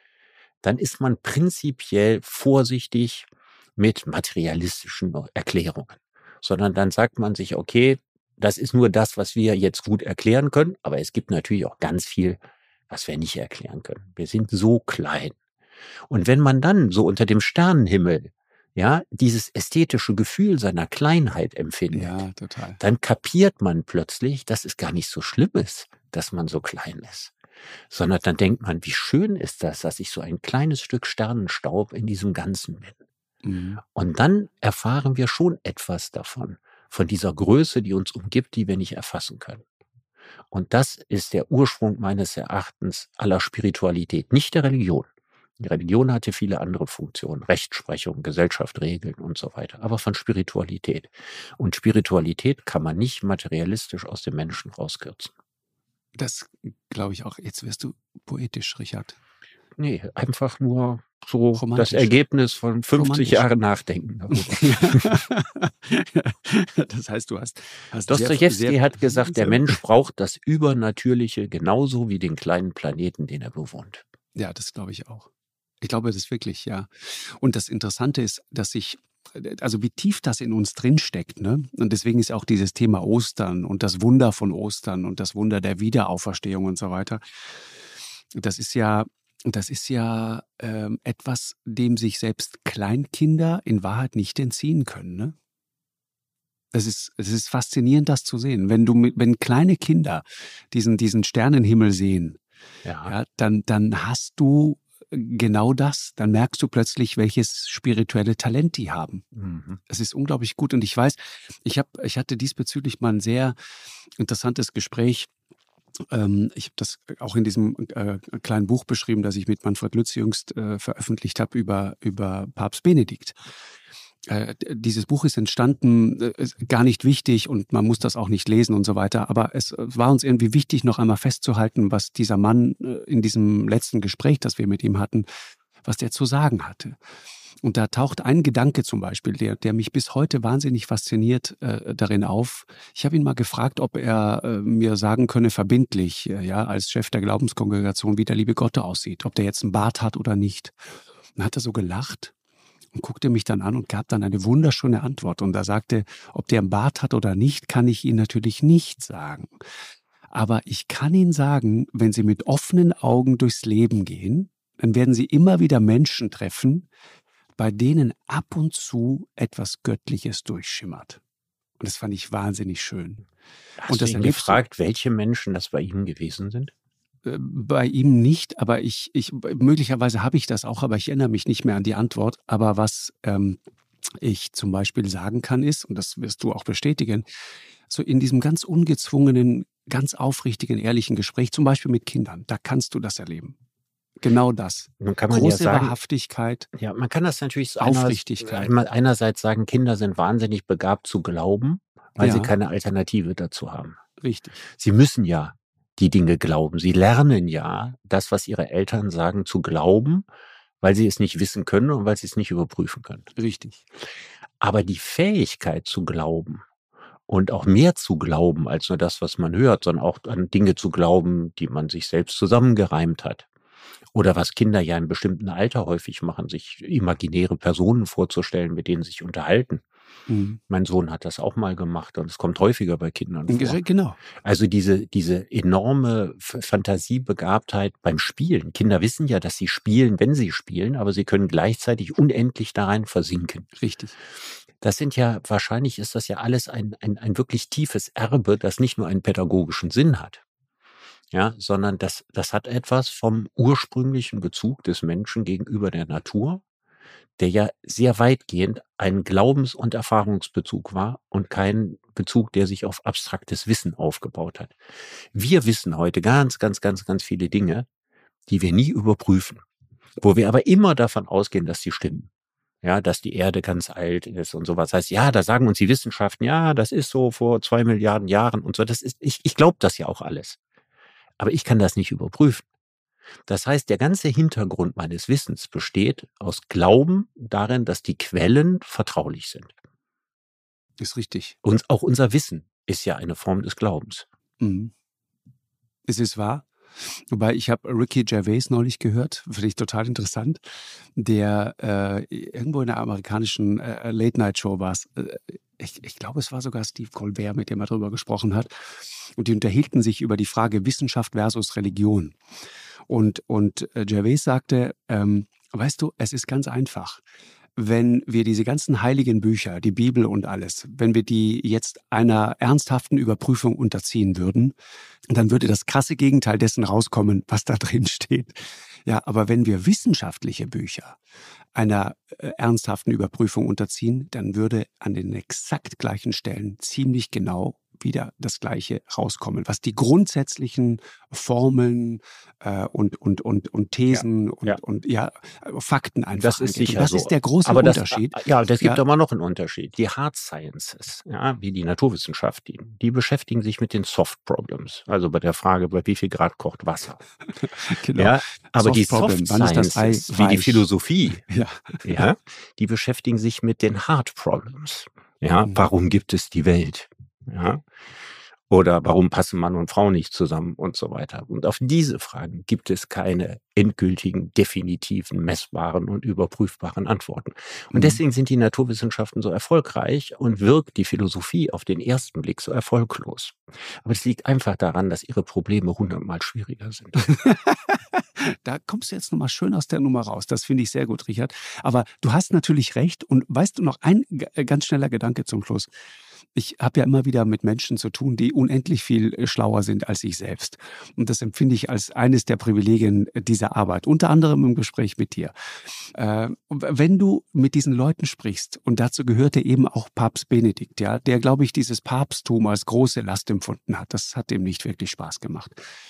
dann ist man prinzipiell vorsichtig mit materialistischen Erklärungen, sondern dann sagt man sich, okay, das ist nur das, was wir jetzt gut erklären können, aber es gibt natürlich auch ganz viel, was wir nicht erklären können. Wir sind so klein. Und wenn man dann so unter dem Sternenhimmel, ja, dieses ästhetische Gefühl seiner Kleinheit empfindet, ja, total. Dann kapiert man plötzlich, dass es gar nicht so schlimm ist, dass man so klein ist. Sondern dann denkt man, wie schön ist das, dass ich so ein kleines Stück Sternenstaub in diesem Ganzen bin. Mhm. Und dann erfahren wir schon etwas davon, von dieser Größe, die uns umgibt, die wir nicht erfassen können. Und das ist der Ursprung meines Erachtens aller Spiritualität, nicht der Religion. Die Religion hatte viele andere Funktionen, Rechtsprechung, Gesellschaft, Regeln und so weiter, aber von Spiritualität. Und Spiritualität kann man nicht materialistisch aus dem Menschen rauskürzen. Das glaube ich auch. Jetzt wirst du poetisch, Richard. Nee, einfach nur so das Ergebnis von fünfzig Jahren Nachdenken darüber. Das heißt, du hast... hast Dostojewski hat gesagt, der Mensch braucht das Übernatürliche genauso wie den kleinen Planeten, den er bewohnt. Ja, das glaube ich auch. Ich glaube das wirklich, ja. Und das Interessante ist, dass sich, also wie tief das in uns drinsteckt, ne? Und deswegen ist auch dieses Thema Ostern und das Wunder von Ostern und das Wunder der Wiederauferstehung und so weiter. Das ist ja, das ist ja ähm, etwas, dem sich selbst Kleinkinder in Wahrheit nicht entziehen können, ne? Es ist, es ist faszinierend, das zu sehen. Wenn du mit, wenn kleine Kinder diesen, diesen Sternenhimmel sehen, ja. Ja, dann, dann hast du genau das, dann merkst du plötzlich, welches spirituelle Talent die haben. Mhm. Es ist unglaublich gut und ich weiß, ich habe, ich hatte diesbezüglich mal ein sehr interessantes Gespräch. Ähm, ich habe das auch in diesem äh, kleinen Buch beschrieben, das ich mit Manfred Lütz jüngst äh, veröffentlicht habe über, über Papst Benedikt. äh, dieses Buch ist entstanden, äh, gar nicht wichtig und man muss das auch nicht lesen und so weiter. Aber es war uns irgendwie wichtig, noch einmal festzuhalten, was dieser Mann äh, in diesem letzten Gespräch, das wir mit ihm hatten, was der zu sagen hatte. Und da taucht ein Gedanke zum Beispiel, der, der mich bis heute wahnsinnig fasziniert, äh, darin auf. Ich habe ihn mal gefragt, ob er äh, mir sagen könne, verbindlich, äh, ja, als Chef der Glaubenskongregation, wie der liebe Gott aussieht, ob der jetzt einen Bart hat oder nicht. Dann hat er so gelacht und guckte mich dann an und gab dann eine wunderschöne Antwort. Und er sagte, ob der einen Bart hat oder nicht, kann ich Ihnen natürlich nicht sagen. Aber ich kann Ihnen sagen, wenn Sie mit offenen Augen durchs Leben gehen, dann werden Sie immer wieder Menschen treffen, bei denen ab und zu etwas Göttliches durchschimmert. Und das fand ich wahnsinnig schön. Hast und das du ihn gefragt, welche Menschen das bei ihm gewesen sind? Äh, bei ihm nicht, aber ich, ich möglicherweise habe ich das auch, aber ich erinnere mich nicht mehr an die Antwort. Aber was ähm, ich zum Beispiel sagen kann ist, und das wirst du auch bestätigen, so in diesem ganz ungezwungenen, ganz aufrichtigen, ehrlichen Gespräch, zum Beispiel mit Kindern, da kannst du das erleben. Genau das. Nun kann man Große ja sagen, Wahrhaftigkeit, ja, man kann das natürlich so Aufrichtigkeit. Einer, einerseits sagen, Kinder sind wahnsinnig begabt zu glauben, weil Ja. sie keine Alternative dazu haben. Richtig. Sie müssen ja die Dinge glauben. Sie lernen ja das, was ihre Eltern sagen, zu glauben, weil sie es nicht wissen können und weil sie es nicht überprüfen können. Richtig. Aber die Fähigkeit zu glauben und auch mehr zu glauben als nur das, was man hört, sondern auch an Dinge zu glauben, die man sich selbst zusammengereimt hat. Oder was Kinder ja im bestimmten Alter häufig machen, sich imaginäre Personen vorzustellen, mit denen sie sich unterhalten. Mhm. Mein Sohn hat das auch mal gemacht und es kommt häufiger bei Kindern vor. Genau. Also diese, diese enorme F- Fantasiebegabtheit beim Spielen. Kinder wissen ja, dass sie spielen, wenn sie spielen, aber sie können gleichzeitig unendlich da rein versinken. Richtig. Das sind ja, wahrscheinlich ist das ja alles ein, ein, ein wirklich tiefes Erbe, das nicht nur einen pädagogischen Sinn hat. Ja, sondern das, das hat etwas vom ursprünglichen Bezug des Menschen gegenüber der Natur, der ja sehr weitgehend ein Glaubens- und Erfahrungsbezug war und kein Bezug, der sich auf abstraktes Wissen aufgebaut hat. Wir wissen heute ganz, ganz, ganz, ganz viele Dinge, die wir nie überprüfen, wo wir aber immer davon ausgehen, dass sie stimmen. Ja, dass die Erde ganz alt ist und sowas. Das heißt, ja, da sagen uns die Wissenschaften, ja, das ist so vor zwei Milliarden Jahren und so. Das ist, ich, ich glaube das ja auch alles. Aber ich kann das nicht überprüfen. Das heißt, der ganze Hintergrund meines Wissens besteht aus Glauben darin, dass die Quellen vertraulich sind. Ist richtig. Und auch unser Wissen ist ja eine Form des Glaubens. Mhm. Es ist wahr. Wobei, ich habe Ricky Gervais neulich gehört, finde ich total interessant, der äh, irgendwo in der amerikanischen äh, Late-Night-Show war es, äh, ich, ich glaube, es war sogar Steve Colbert, mit dem er darüber gesprochen hat. Und die unterhielten sich über die Frage Wissenschaft versus Religion. Und, und äh, Gervais sagte, ähm, weißt du, es ist ganz einfach. Wenn wir diese ganzen heiligen Bücher, die Bibel und alles, wenn wir die jetzt einer ernsthaften Überprüfung unterziehen würden, dann würde das krasse Gegenteil dessen rauskommen, was da drin steht. Ja, aber wenn wir wissenschaftliche Bücher einer äh, ernsthaften Überprüfung unterziehen, dann würde an den exakt gleichen Stellen ziemlich genau wieder das Gleiche rauskommen, was die grundsätzlichen Formeln äh, und, und, und, und Thesen Ja, und, ja. und ja, Fakten einfach Das ist angeht. sicher Und das so. ist der große Aber das, Unterschied. ja, das gibt Ja. aber noch einen Unterschied. Die Hard Sciences, ja, wie die Naturwissenschaft, die, die beschäftigen sich mit den Soft Problems. Also bei der Frage, bei wie viel Grad kocht Wasser. Genau. Ja, aber Soft die Problem. Soft Wann ist das Ei Sciences, wie die weich? Philosophie, Ja. ja, die beschäftigen sich mit den Hard Problems. Ja, Mhm. warum gibt es die Welt? Ja. Oder warum passen Mann und Frau nicht zusammen und so weiter. Und auf diese Fragen gibt es keine endgültigen, definitiven, messbaren und überprüfbaren Antworten. Und Mhm. deswegen sind die Naturwissenschaften so erfolgreich und wirkt die Philosophie auf den ersten Blick so erfolglos. Aber es liegt einfach daran, dass ihre Probleme hundertmal schwieriger sind. Da kommst du jetzt nochmal schön aus der Nummer raus. Das finde ich sehr gut, Richard. Aber du hast natürlich recht. Und weißt du noch, ein g- ganz schneller Gedanke zum Schluss. Ich habe ja immer wieder mit Menschen zu tun, die unendlich viel äh, schlauer sind als ich selbst. Und das empfinde ich als eines der Privilegien dieser Arbeit, unter anderem im Gespräch mit dir. Äh, wenn du mit diesen Leuten sprichst, und dazu gehörte eben auch Papst Benedikt, ja, der, glaube ich, dieses Papsttum als große Last empfunden hat, das hat ihm nicht wirklich Spaß gemacht.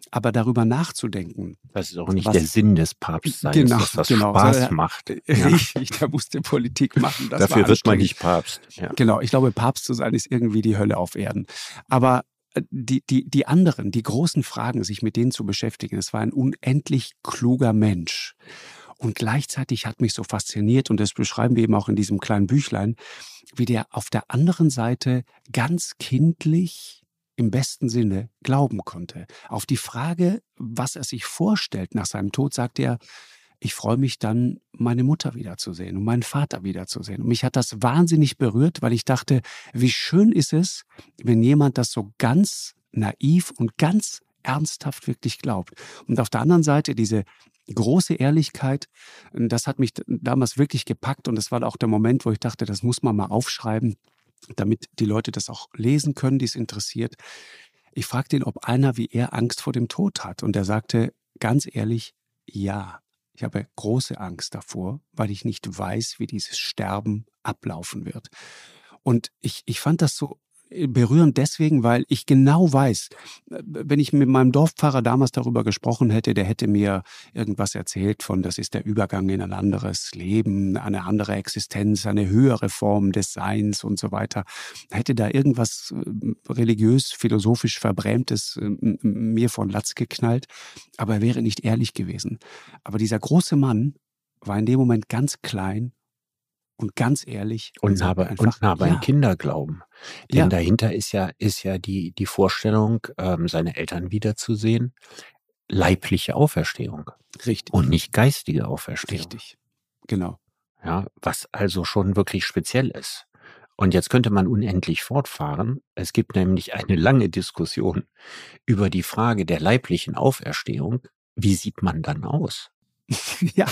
Aber darüber nachzudenken. Das ist auch nicht was, der Sinn des Papstseins, genau, dass das genau, Spaß also, macht. Richtig, ja. Der musste Politik machen. Das Dafür war wird man nicht Papst. Ja. Genau, ich glaube, Papst zu sein ist irgendwie die Hölle auf Erden. Aber die, die, die anderen, die großen Fragen, sich mit denen zu beschäftigen, es war ein unendlich kluger Mensch. Und gleichzeitig hat mich so fasziniert, und das beschreiben wir eben auch in diesem kleinen Büchlein, wie der auf der anderen Seite ganz kindlich im besten Sinne glauben konnte. Auf die Frage, was er sich vorstellt nach seinem Tod, sagt er, ich freue mich dann, meine Mutter wiederzusehen und meinen Vater wiederzusehen. Und mich hat das wahnsinnig berührt, weil ich dachte, wie schön ist es, wenn jemand das so ganz naiv und ganz ernsthaft wirklich glaubt. Und auf der anderen Seite diese große Ehrlichkeit, das hat mich damals wirklich gepackt, und das war auch der Moment, wo ich dachte, das muss man mal aufschreiben, damit die Leute das auch lesen können, die es interessiert. Ich fragte ihn, ob einer wie er Angst vor dem Tod hat. Und er sagte ganz ehrlich, ja, ich habe große Angst davor, weil ich nicht weiß, wie dieses Sterben ablaufen wird. Und ich, ich fand das so berührend deswegen, weil ich genau weiß, wenn ich mit meinem Dorfpfarrer damals darüber gesprochen hätte, der hätte mir irgendwas erzählt von, das ist der Übergang in ein anderes Leben, eine andere Existenz, eine höhere Form des Seins und so weiter. Hätte da irgendwas religiös, philosophisch Verbrämtes mir von Latz geknallt, aber er wäre nicht ehrlich gewesen. Aber dieser große Mann war in dem Moment ganz klein und ganz ehrlich. Und nah bei, einfach, und nah beim ja. Kinderglauben. Denn ja. dahinter ist ja, ist ja die, die Vorstellung, ähm, seine Eltern wiederzusehen, leibliche Auferstehung. Richtig. Und nicht geistige Auferstehung. Richtig, genau. Ja, was also schon wirklich speziell ist. Und jetzt könnte man unendlich fortfahren. Es gibt nämlich eine lange Diskussion über die Frage der leiblichen Auferstehung. Wie sieht man dann aus? Ja.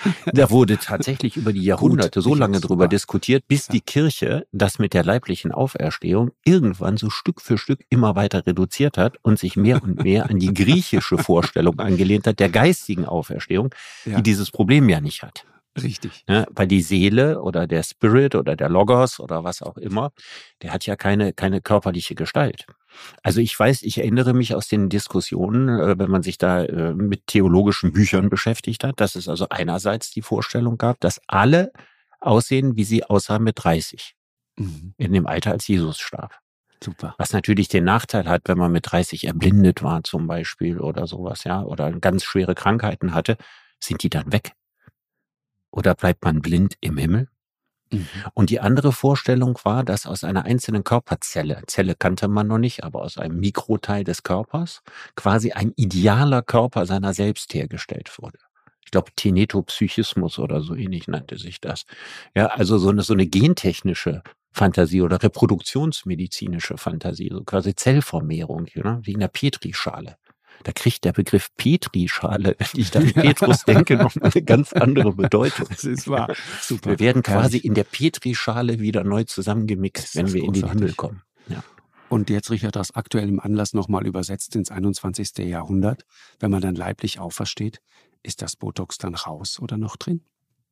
Da wurde tatsächlich über die Jahrhunderte Gut, so lange drüber super. diskutiert, bis ja. die Kirche das mit der leiblichen Auferstehung irgendwann so Stück für Stück immer weiter reduziert hat und sich mehr und mehr an die griechische Vorstellung angelehnt hat, der geistigen Auferstehung, ja. die dieses Problem ja nicht hat. Richtig. Ja, weil die Seele oder der Spirit oder der Logos oder was auch immer, der hat ja keine, keine körperliche Gestalt. Also ich weiß, ich erinnere mich aus den Diskussionen, wenn man sich da mit theologischen Büchern beschäftigt hat, dass es also einerseits die Vorstellung gab, dass alle aussehen, wie sie aussahen mit dreißig. Mhm. In dem Alter, als Jesus starb. Super. Was natürlich den Nachteil hat, wenn man mit dreißig erblindet war zum Beispiel oder sowas, ja, oder ganz schwere Krankheiten hatte, sind die dann weg. Oder bleibt man blind im Himmel? Mhm. Und die andere Vorstellung war, dass aus einer einzelnen Körperzelle, Zelle kannte man noch nicht, aber aus einem Mikroteil des Körpers, quasi ein idealer Körper seiner selbst hergestellt wurde. Ich glaube, Tenetopsychismus oder so ähnlich nannte sich das. Ja, also so eine, so eine gentechnische Fantasie oder reproduktionsmedizinische Fantasie, so quasi Zellvermehrung, ja, wie in der Petrischale. Da kriegt der Begriff Petrischale, wenn ich da an Petrus denke, noch eine ganz andere Bedeutung. Das ist wahr. Super. Wir werden quasi in der Petrischale wieder neu zusammengemixt, wenn wir großartig. in den Himmel kommen. Ja. Und jetzt, Richard, das aktuell im Anlass nochmal übersetzt ins einundzwanzigste Jahrhundert. Wenn man dann leiblich aufersteht, ist das Botox dann raus oder noch drin?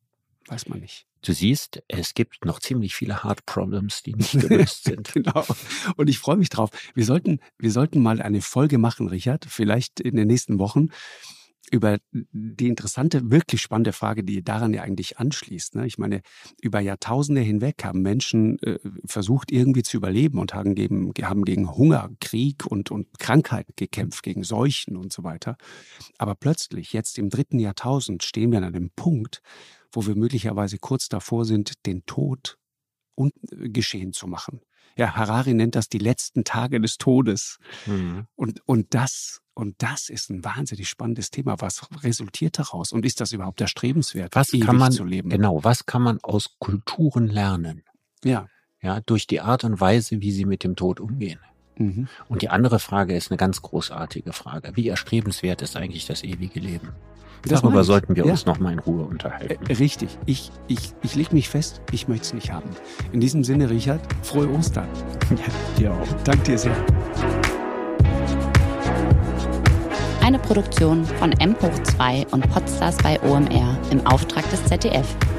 Weiß man nicht. Du siehst, es gibt noch ziemlich viele Hard Problems, die nicht gelöst sind. Genau. Und ich freue mich drauf. Wir sollten, wir sollten mal eine Folge machen, Richard, vielleicht in den nächsten Wochen, über die interessante, wirklich spannende Frage, die daran ja eigentlich anschließt. Ne? Ich meine, über Jahrtausende hinweg haben Menschen äh, versucht, irgendwie zu überleben und haben gegen, haben gegen Hunger, Krieg und, und Krankheit gekämpft, gegen Seuchen und so weiter. Aber plötzlich, jetzt im dritten Jahrtausend, stehen wir an einem Punkt, wo wir möglicherweise kurz davor sind, den Tod un- geschehen zu machen. Ja, Harari nennt das die letzten Tage des Todes. Mhm. Und, und, das, und das ist ein wahnsinnig spannendes Thema. Was resultiert daraus? Und ist das überhaupt erstrebenswert, was ewig kann man, zu leben? Genau, was kann man aus Kulturen lernen? Ja. Ja, durch die Art und Weise, wie sie mit dem Tod umgehen. Mhm. Und die andere Frage ist eine ganz großartige Frage. Wie erstrebenswert ist eigentlich das ewige Leben? Das Darüber sollten wir ja. uns noch mal in Ruhe unterhalten. Äh, richtig. Ich, ich, ich lege mich fest, ich möchte es nicht haben. In diesem Sinne, Richard, frohe Ostern. Ja, dir auch. Danke dir sehr. Eine Produktion von M hoch zwei und Podstars bei O M R im Auftrag des Z D F.